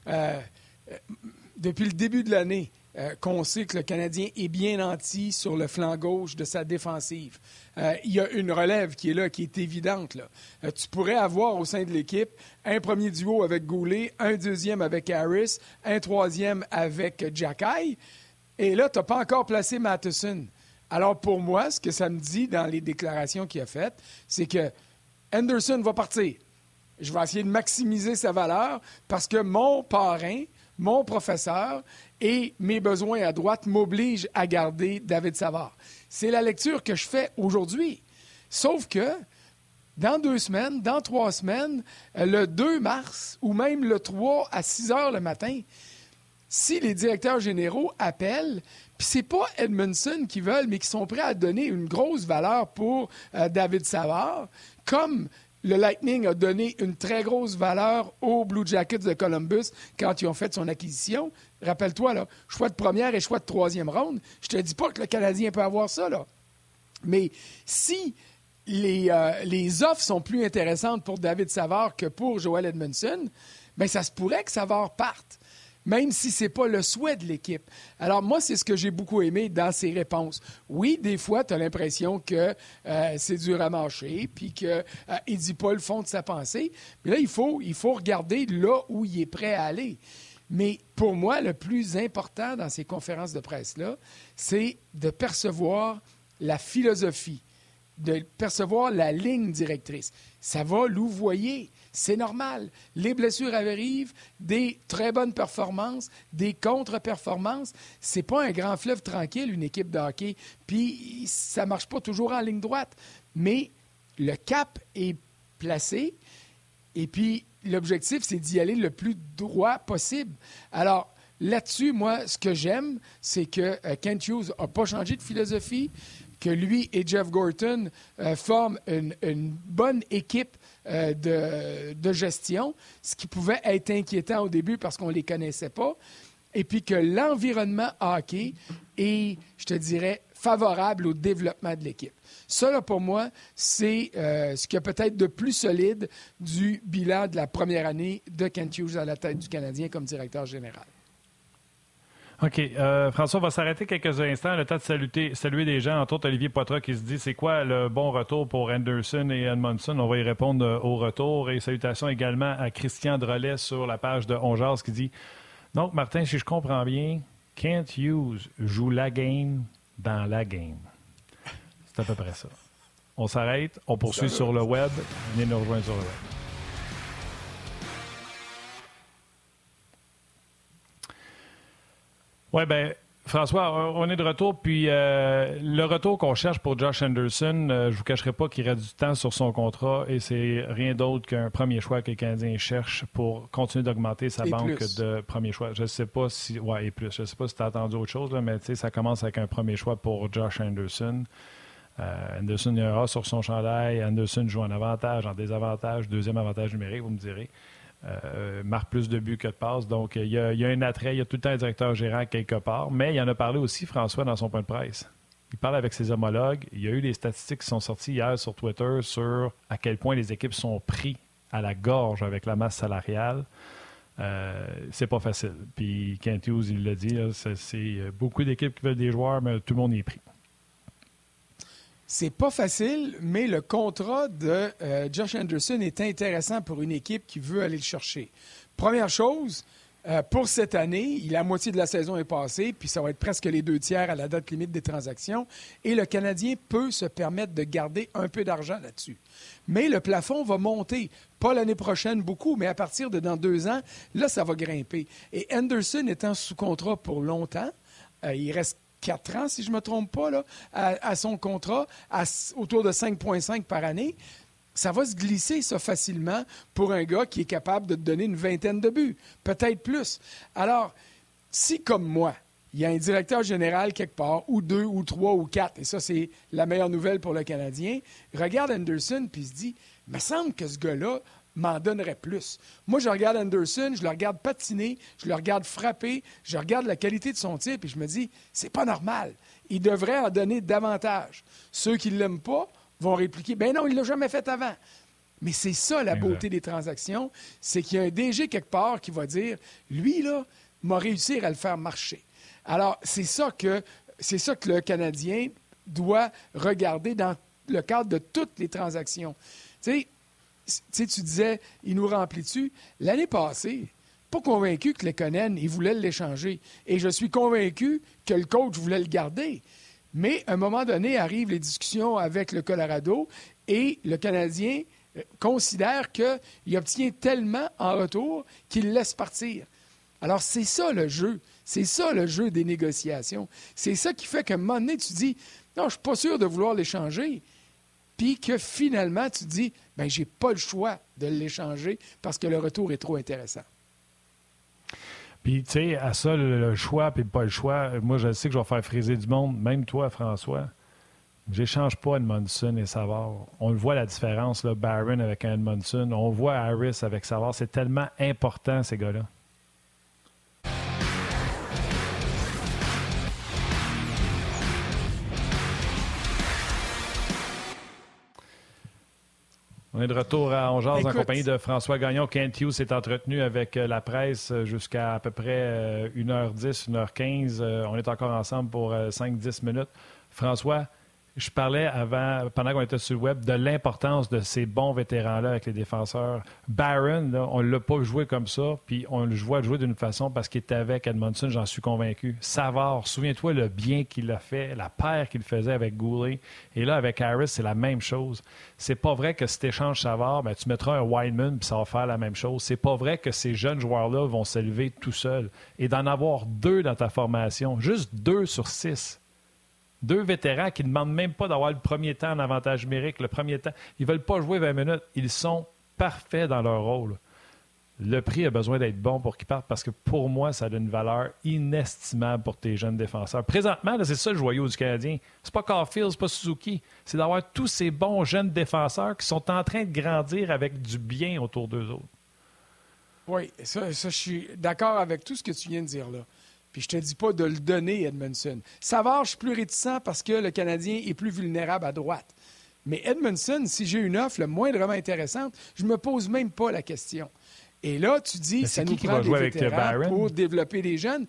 Depuis le début de l'année, qu'on sait que le Canadien est bien nanti sur le flanc gauche de sa défensive. Il y a une relève qui est là, qui est évidente. Là. Tu pourrais avoir au sein de l'équipe un premier duo avec Goulet, un deuxième avec Harris, un troisième avec Xhekaj, et là, tu n'as pas encore placé Matheson. Alors pour moi, ce que ça me dit dans les déclarations qu'il a faites, c'est que Anderson va partir. Je vais essayer de maximiser sa valeur parce que mon parrain, mon professeur et mes besoins à droite m'obligent à garder David Savard. C'est la lecture que je fais aujourd'hui. Sauf que dans 2 semaines, dans 3 semaines, le 2 mars ou même le 3 à 6 heures le matin, si les directeurs généraux appellent, puis c'est pas Edmondson qui veulent, mais qui sont prêts à donner une grosse valeur pour David Savard, comme le Lightning a donné une très grosse valeur aux Blue Jackets de Columbus quand ils ont fait son acquisition. Rappelle-toi, là, choix de première et choix de 3e ronde. Je te dis pas que le Canadien peut avoir ça, là. Mais si les offres sont plus intéressantes pour David Savard que pour Joel Edmondson, bien, ça se pourrait que Savard parte, même si ce n'est pas le souhait de l'équipe. Alors, moi, c'est ce que j'ai beaucoup aimé dans ses réponses. Oui, des fois, tu as l'impression que c'est dur à mâcher, puis qu'il ne dit pas le fond de sa pensée. Mais là, il faut regarder là où il est prêt à aller. Mais pour moi, le plus important dans ces conférences de presse-là, c'est de percevoir la philosophie, de percevoir la ligne directrice. Ça va louvoyer. C'est normal. Les blessures arrivent, des très bonnes performances, des contre-performances. C'est pas un grand fleuve tranquille, une équipe de hockey. Puis ça marche pas toujours en ligne droite. Mais le cap est placé. Et puis l'objectif, c'est d'y aller le plus droit possible. Alors, là-dessus, moi, ce que j'aime, c'est que Kent Hughes n'a pas changé de philosophie, que lui et Jeff Gorton forment une bonne équipe de gestion, ce qui pouvait être inquiétant au début parce qu'on ne les connaissait pas, et puis que l'environnement hockey est, je te dirais, favorable au développement de l'équipe. Ça, là, pour moi, c'est ce qu'il y a peut-être de plus solide du bilan de la première année de Kent Hughes à la tête du Canadien comme directeur général. OK. François, on va s'arrêter quelques instants. Le temps de saluer des gens, entre autres Olivier Poitras qui se dit c'est quoi le bon retour pour Anderson et Edmondson. On va y répondre au retour. Et salutations également à Christian Drolet sur la page de On Jase qui dit donc, Martin, si je comprends bien, Kent Hughes joue la game dans la game. C'est à peu près ça. On s'arrête. On poursuit sur le web. Venez nous rejoindre sur le web. Oui, bien, François, on est de retour. Puis le retour qu'on cherche pour Josh Anderson, je ne vous cacherai pas qu'il reste du temps sur son contrat et c'est rien d'autre qu'un premier choix que les Canadiens cherchent pour continuer d'augmenter sa banque de premier choix. Je ne sais pas si... Oui, et plus. Je ne sais pas si tu as entendu autre chose, là, mais ça commence avec un premier choix pour Josh Anderson. Anderson ira sur son chandail. Anderson joue en avantage, en désavantage, deuxième avantage numérique, vous me direz. Marque plus de buts que de passes. Donc, il y a un attrait. Il y a tout le temps un directeur gérant quelque part. Mais il en a parlé aussi, François, dans son point de presse. Il parle avec ses homologues. Il y a eu des statistiques qui sont sorties hier sur Twitter sur à quel point les équipes sont pris à la gorge avec la masse salariale. C'est pas facile. Puis Kent Hughes, il l'a dit, là, c'est beaucoup d'équipes qui veulent des joueurs, mais tout le monde est pris. C'est pas facile, mais le contrat de Josh Anderson est intéressant pour une équipe qui veut aller le chercher. Première chose, pour cette année, la moitié de la saison est passée, puis ça va être presque les 2/3 à la date limite des transactions, et le Canadien peut se permettre de garder un peu d'argent là-dessus. Mais le plafond va monter. Pas l'année prochaine beaucoup, mais à partir de dans 2 ans, là, ça va grimper. Et Anderson étant sous contrat pour longtemps, il reste 4 ans, si je ne me trompe pas, là, à son contrat, autour de 5,5 par année, ça va se glisser, ça, facilement pour un gars qui est capable de te donner une vingtaine de buts, peut-être plus. Alors, si, comme moi, il y a un directeur général quelque part, ou 2, ou 3, ou 4, et ça, c'est la meilleure nouvelle pour le Canadien, regarde Anderson puis se dit, il me semble que ce gars-là m'en donnerait plus. Moi, je regarde Anderson, je le regarde patiner, je le regarde frapper, je regarde la qualité de son tir, puis je me dis, c'est pas normal. Il devrait en donner davantage. Ceux qui ne l'aiment pas vont répliquer, ben non, il l'a jamais fait avant. Mais c'est ça, la beauté des transactions, c'est qu'il y a un DG quelque part qui va dire, lui, là, m'a réussi à le faire marcher. Alors, c'est ça que le Canadien doit regarder dans le cadre de toutes les transactions. Tu sais, tu disais, il nous remplit dessus. L'année passée, pas convaincu que Lekonen, il voulait l'échanger. Et je suis convaincu que le coach voulait le garder. Mais à un moment donné, arrivent les discussions avec le Colorado et le Canadien considère qu'il obtient tellement en retour qu'il le laisse partir. Alors, c'est ça le jeu. C'est ça le jeu des négociations. C'est ça qui fait qu'à un moment donné, tu dis, non, je ne suis pas sûr de vouloir l'échanger. Puis que finalement, tu dis, bien, j'ai pas le choix de l'échanger parce que le retour est trop intéressant. Puis, tu sais, à ça, le choix puis pas le choix, moi, je sais que je vais faire friser du monde, même toi, François. J'échange pas Edmondson et Savard. On le voit la différence, là, Barron avec Edmondson. On voit Harris avec Savard. C'est tellement important, ces gars-là. On est de retour à On Jase en compagnie de François Gagnon. Kent Hughes s'est entretenu avec la presse jusqu'à à peu près 1h10, 1h15. On est encore ensemble pour 5-10 minutes. François, je parlais avant, pendant qu'on était sur le web, de l'importance de ces bons vétérans-là avec les défenseurs. Barron, là, on ne l'a pas joué comme ça, puis on le voit jouer d'une façon parce qu'il était avec Edmondson, j'en suis convaincu. Savard, souviens-toi le bien qu'il a fait, la paire qu'il faisait avec Goulet. Et là, avec Harris, c'est la même chose. C'est pas vrai que si tu échanges Savard, ben, tu mettras un Wideman puis ça va faire la même chose. C'est pas vrai que ces jeunes joueurs-là vont s'élever tout seuls. Et d'en avoir 2 dans ta formation, juste 2 sur 6. 2 vétérans qui ne demandent même pas d'avoir le premier temps en avantage numérique, le premier temps. Ils ne veulent pas jouer 20 minutes. Ils sont parfaits dans leur rôle. Le prix a besoin d'être bon pour qu'ils partent parce que pour moi, ça a une valeur inestimable pour tes jeunes défenseurs. Présentement, là, c'est ça le joyau du Canadien. C'est pas Caulfield, c'est pas Suzuki. C'est d'avoir tous ces bons jeunes défenseurs qui sont en train de grandir avec du bien autour d'eux autres. Oui, ça je suis d'accord avec tout ce que tu viens de dire là. Puis je te dis pas de le donner, Edmondson. Savard, je suis plus réticent parce que le Canadien est plus vulnérable à droite. Mais Edmondson, si j'ai une offre le moindrement intéressante, je me pose même pas la question. Et là, tu dis, ça nous prend des vétérans pour développer des jeunes.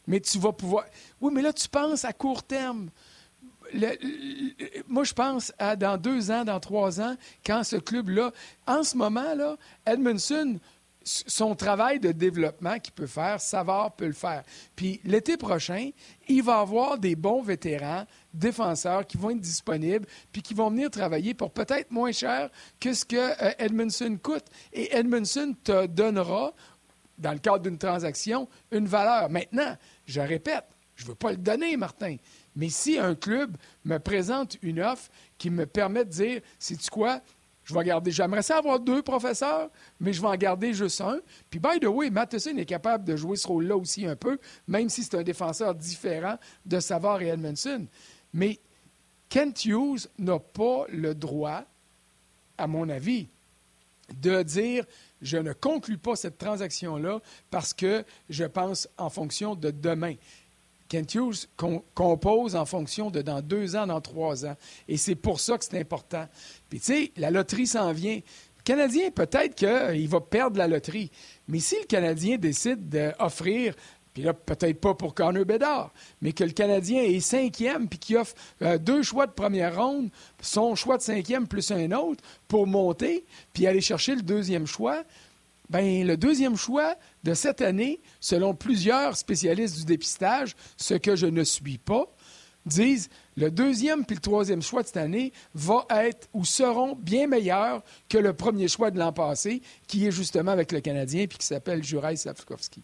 mais tu vas pouvoir... Oui, mais là, tu penses à court terme. Moi, je pense à dans 2 ans, dans 3 ans, quand ce club-là... En ce moment, là, Edmondson, son travail de développement qu'il peut faire, Savard peut le faire. Puis l'été prochain, il va avoir des bons vétérans, défenseurs qui vont être disponibles puis qui vont venir travailler pour peut-être moins cher que ce que Edmondson coûte. Et Edmondson te donnera, dans le cadre d'une transaction, une valeur. Maintenant, je répète, je ne veux pas le donner, Martin, mais si un club me présente une offre qui me permet de dire, sais-tu quoi, je vais garder, j'aimerais ça avoir 2 professeurs, mais je vais en garder juste un. Puis, by the way, Matheson est capable de jouer ce rôle-là aussi un peu, même si c'est un défenseur différent de Savard et Edmondson. Mais Kent Hughes n'a pas le droit, à mon avis, de dire « je ne conclus pas cette transaction-là parce que je pense en fonction de demain ». Kent Hughes compose en fonction de dans 2 ans, dans 3 ans. Et c'est pour ça que c'est important. Puis, tu sais, la loterie s'en vient. Le Canadien, peut-être qu'il va perdre la loterie. Mais si le Canadien décide d'offrir, puis là, peut-être pas pour Connor Bedard, mais que le Canadien est 5e puis qu'il offre 2 choix de première ronde, son choix de 5e plus un autre pour monter, puis aller chercher le 2e choix, bien, le 2e choix de cette année, selon plusieurs spécialistes du dépistage, ce que je ne suis pas, disent le 2e puis le 3e choix de cette année va être ou seront bien meilleurs que le 1er choix de l'an passé, qui est justement avec le Canadien puis qui s'appelle Juraj Slafkovský.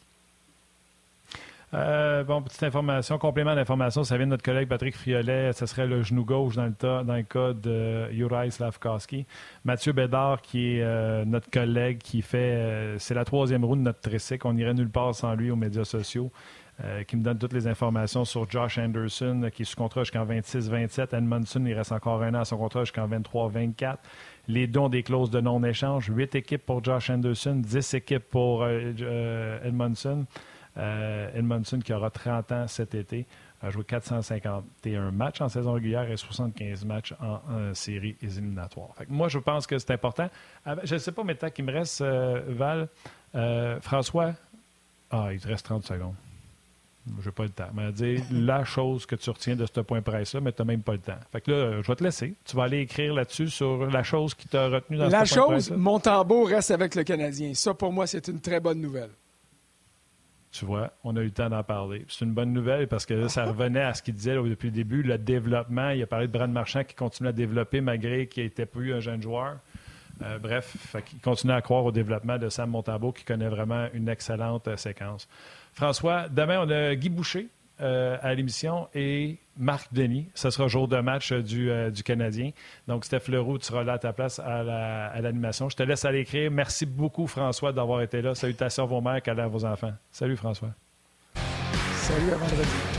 Petite information, complément d'information, ça vient de notre collègue Patrick Friolet, ce serait le genou gauche dans le cas de Juraj Slafkovský. Mathieu Bédard, qui est notre collègue, qui fait, c'est la 3e roue de notre tricycle, on n'irait nulle part sans lui aux médias sociaux, qui me donne toutes les informations sur Josh Anderson, qui est sous contrat jusqu'en 26-27. Edmondson, il reste encore 1 an à son contrat jusqu'en 23-24. Les deux ont des clauses de non-échange, 8 équipes pour Josh Anderson, 10 équipes pour Edmondson. Edmondson, qui aura 30 ans cet été, a joué 451 matchs en saison régulière et 75 matchs en séries éliminatoires. Fait que moi, je pense que c'est important. Je ne sais pas, mais tant qu'il me reste, Val, François, il te reste 30 secondes. Je n'ai pas le temps. Mais dire la chose que tu retiens de ce point presse-là, mais tu n'as même pas le temps. Fait que là, je vais te laisser. Tu vas aller écrire là-dessus sur la chose qui t'a retenu dans ce point presse-là. La chose, Montembeault reste avec le Canadien. Ça, pour moi, c'est une très bonne nouvelle. Tu vois, on a eu le temps d'en parler. C'est une bonne nouvelle parce que là, ça revenait à ce qu'il disait là, depuis le début, le développement. Il a parlé de Brad Marchand qui continue à développer malgré qu'il n'était plus un jeune joueur. Bref, il continue à croire au développement de Sam Montembeault qui connaît vraiment une excellente séquence. François, demain, on a Guy Boucher à l'émission et Marc Denis. Ce sera jour de match du Canadien. Donc, Steph Leroux, tu seras là à ta place à l'animation. Je te laisse aller écrire. Merci beaucoup, François, d'avoir été là. Salutations à vos mères, câlins à vos enfants. Salut, François. Salut, à vendredi.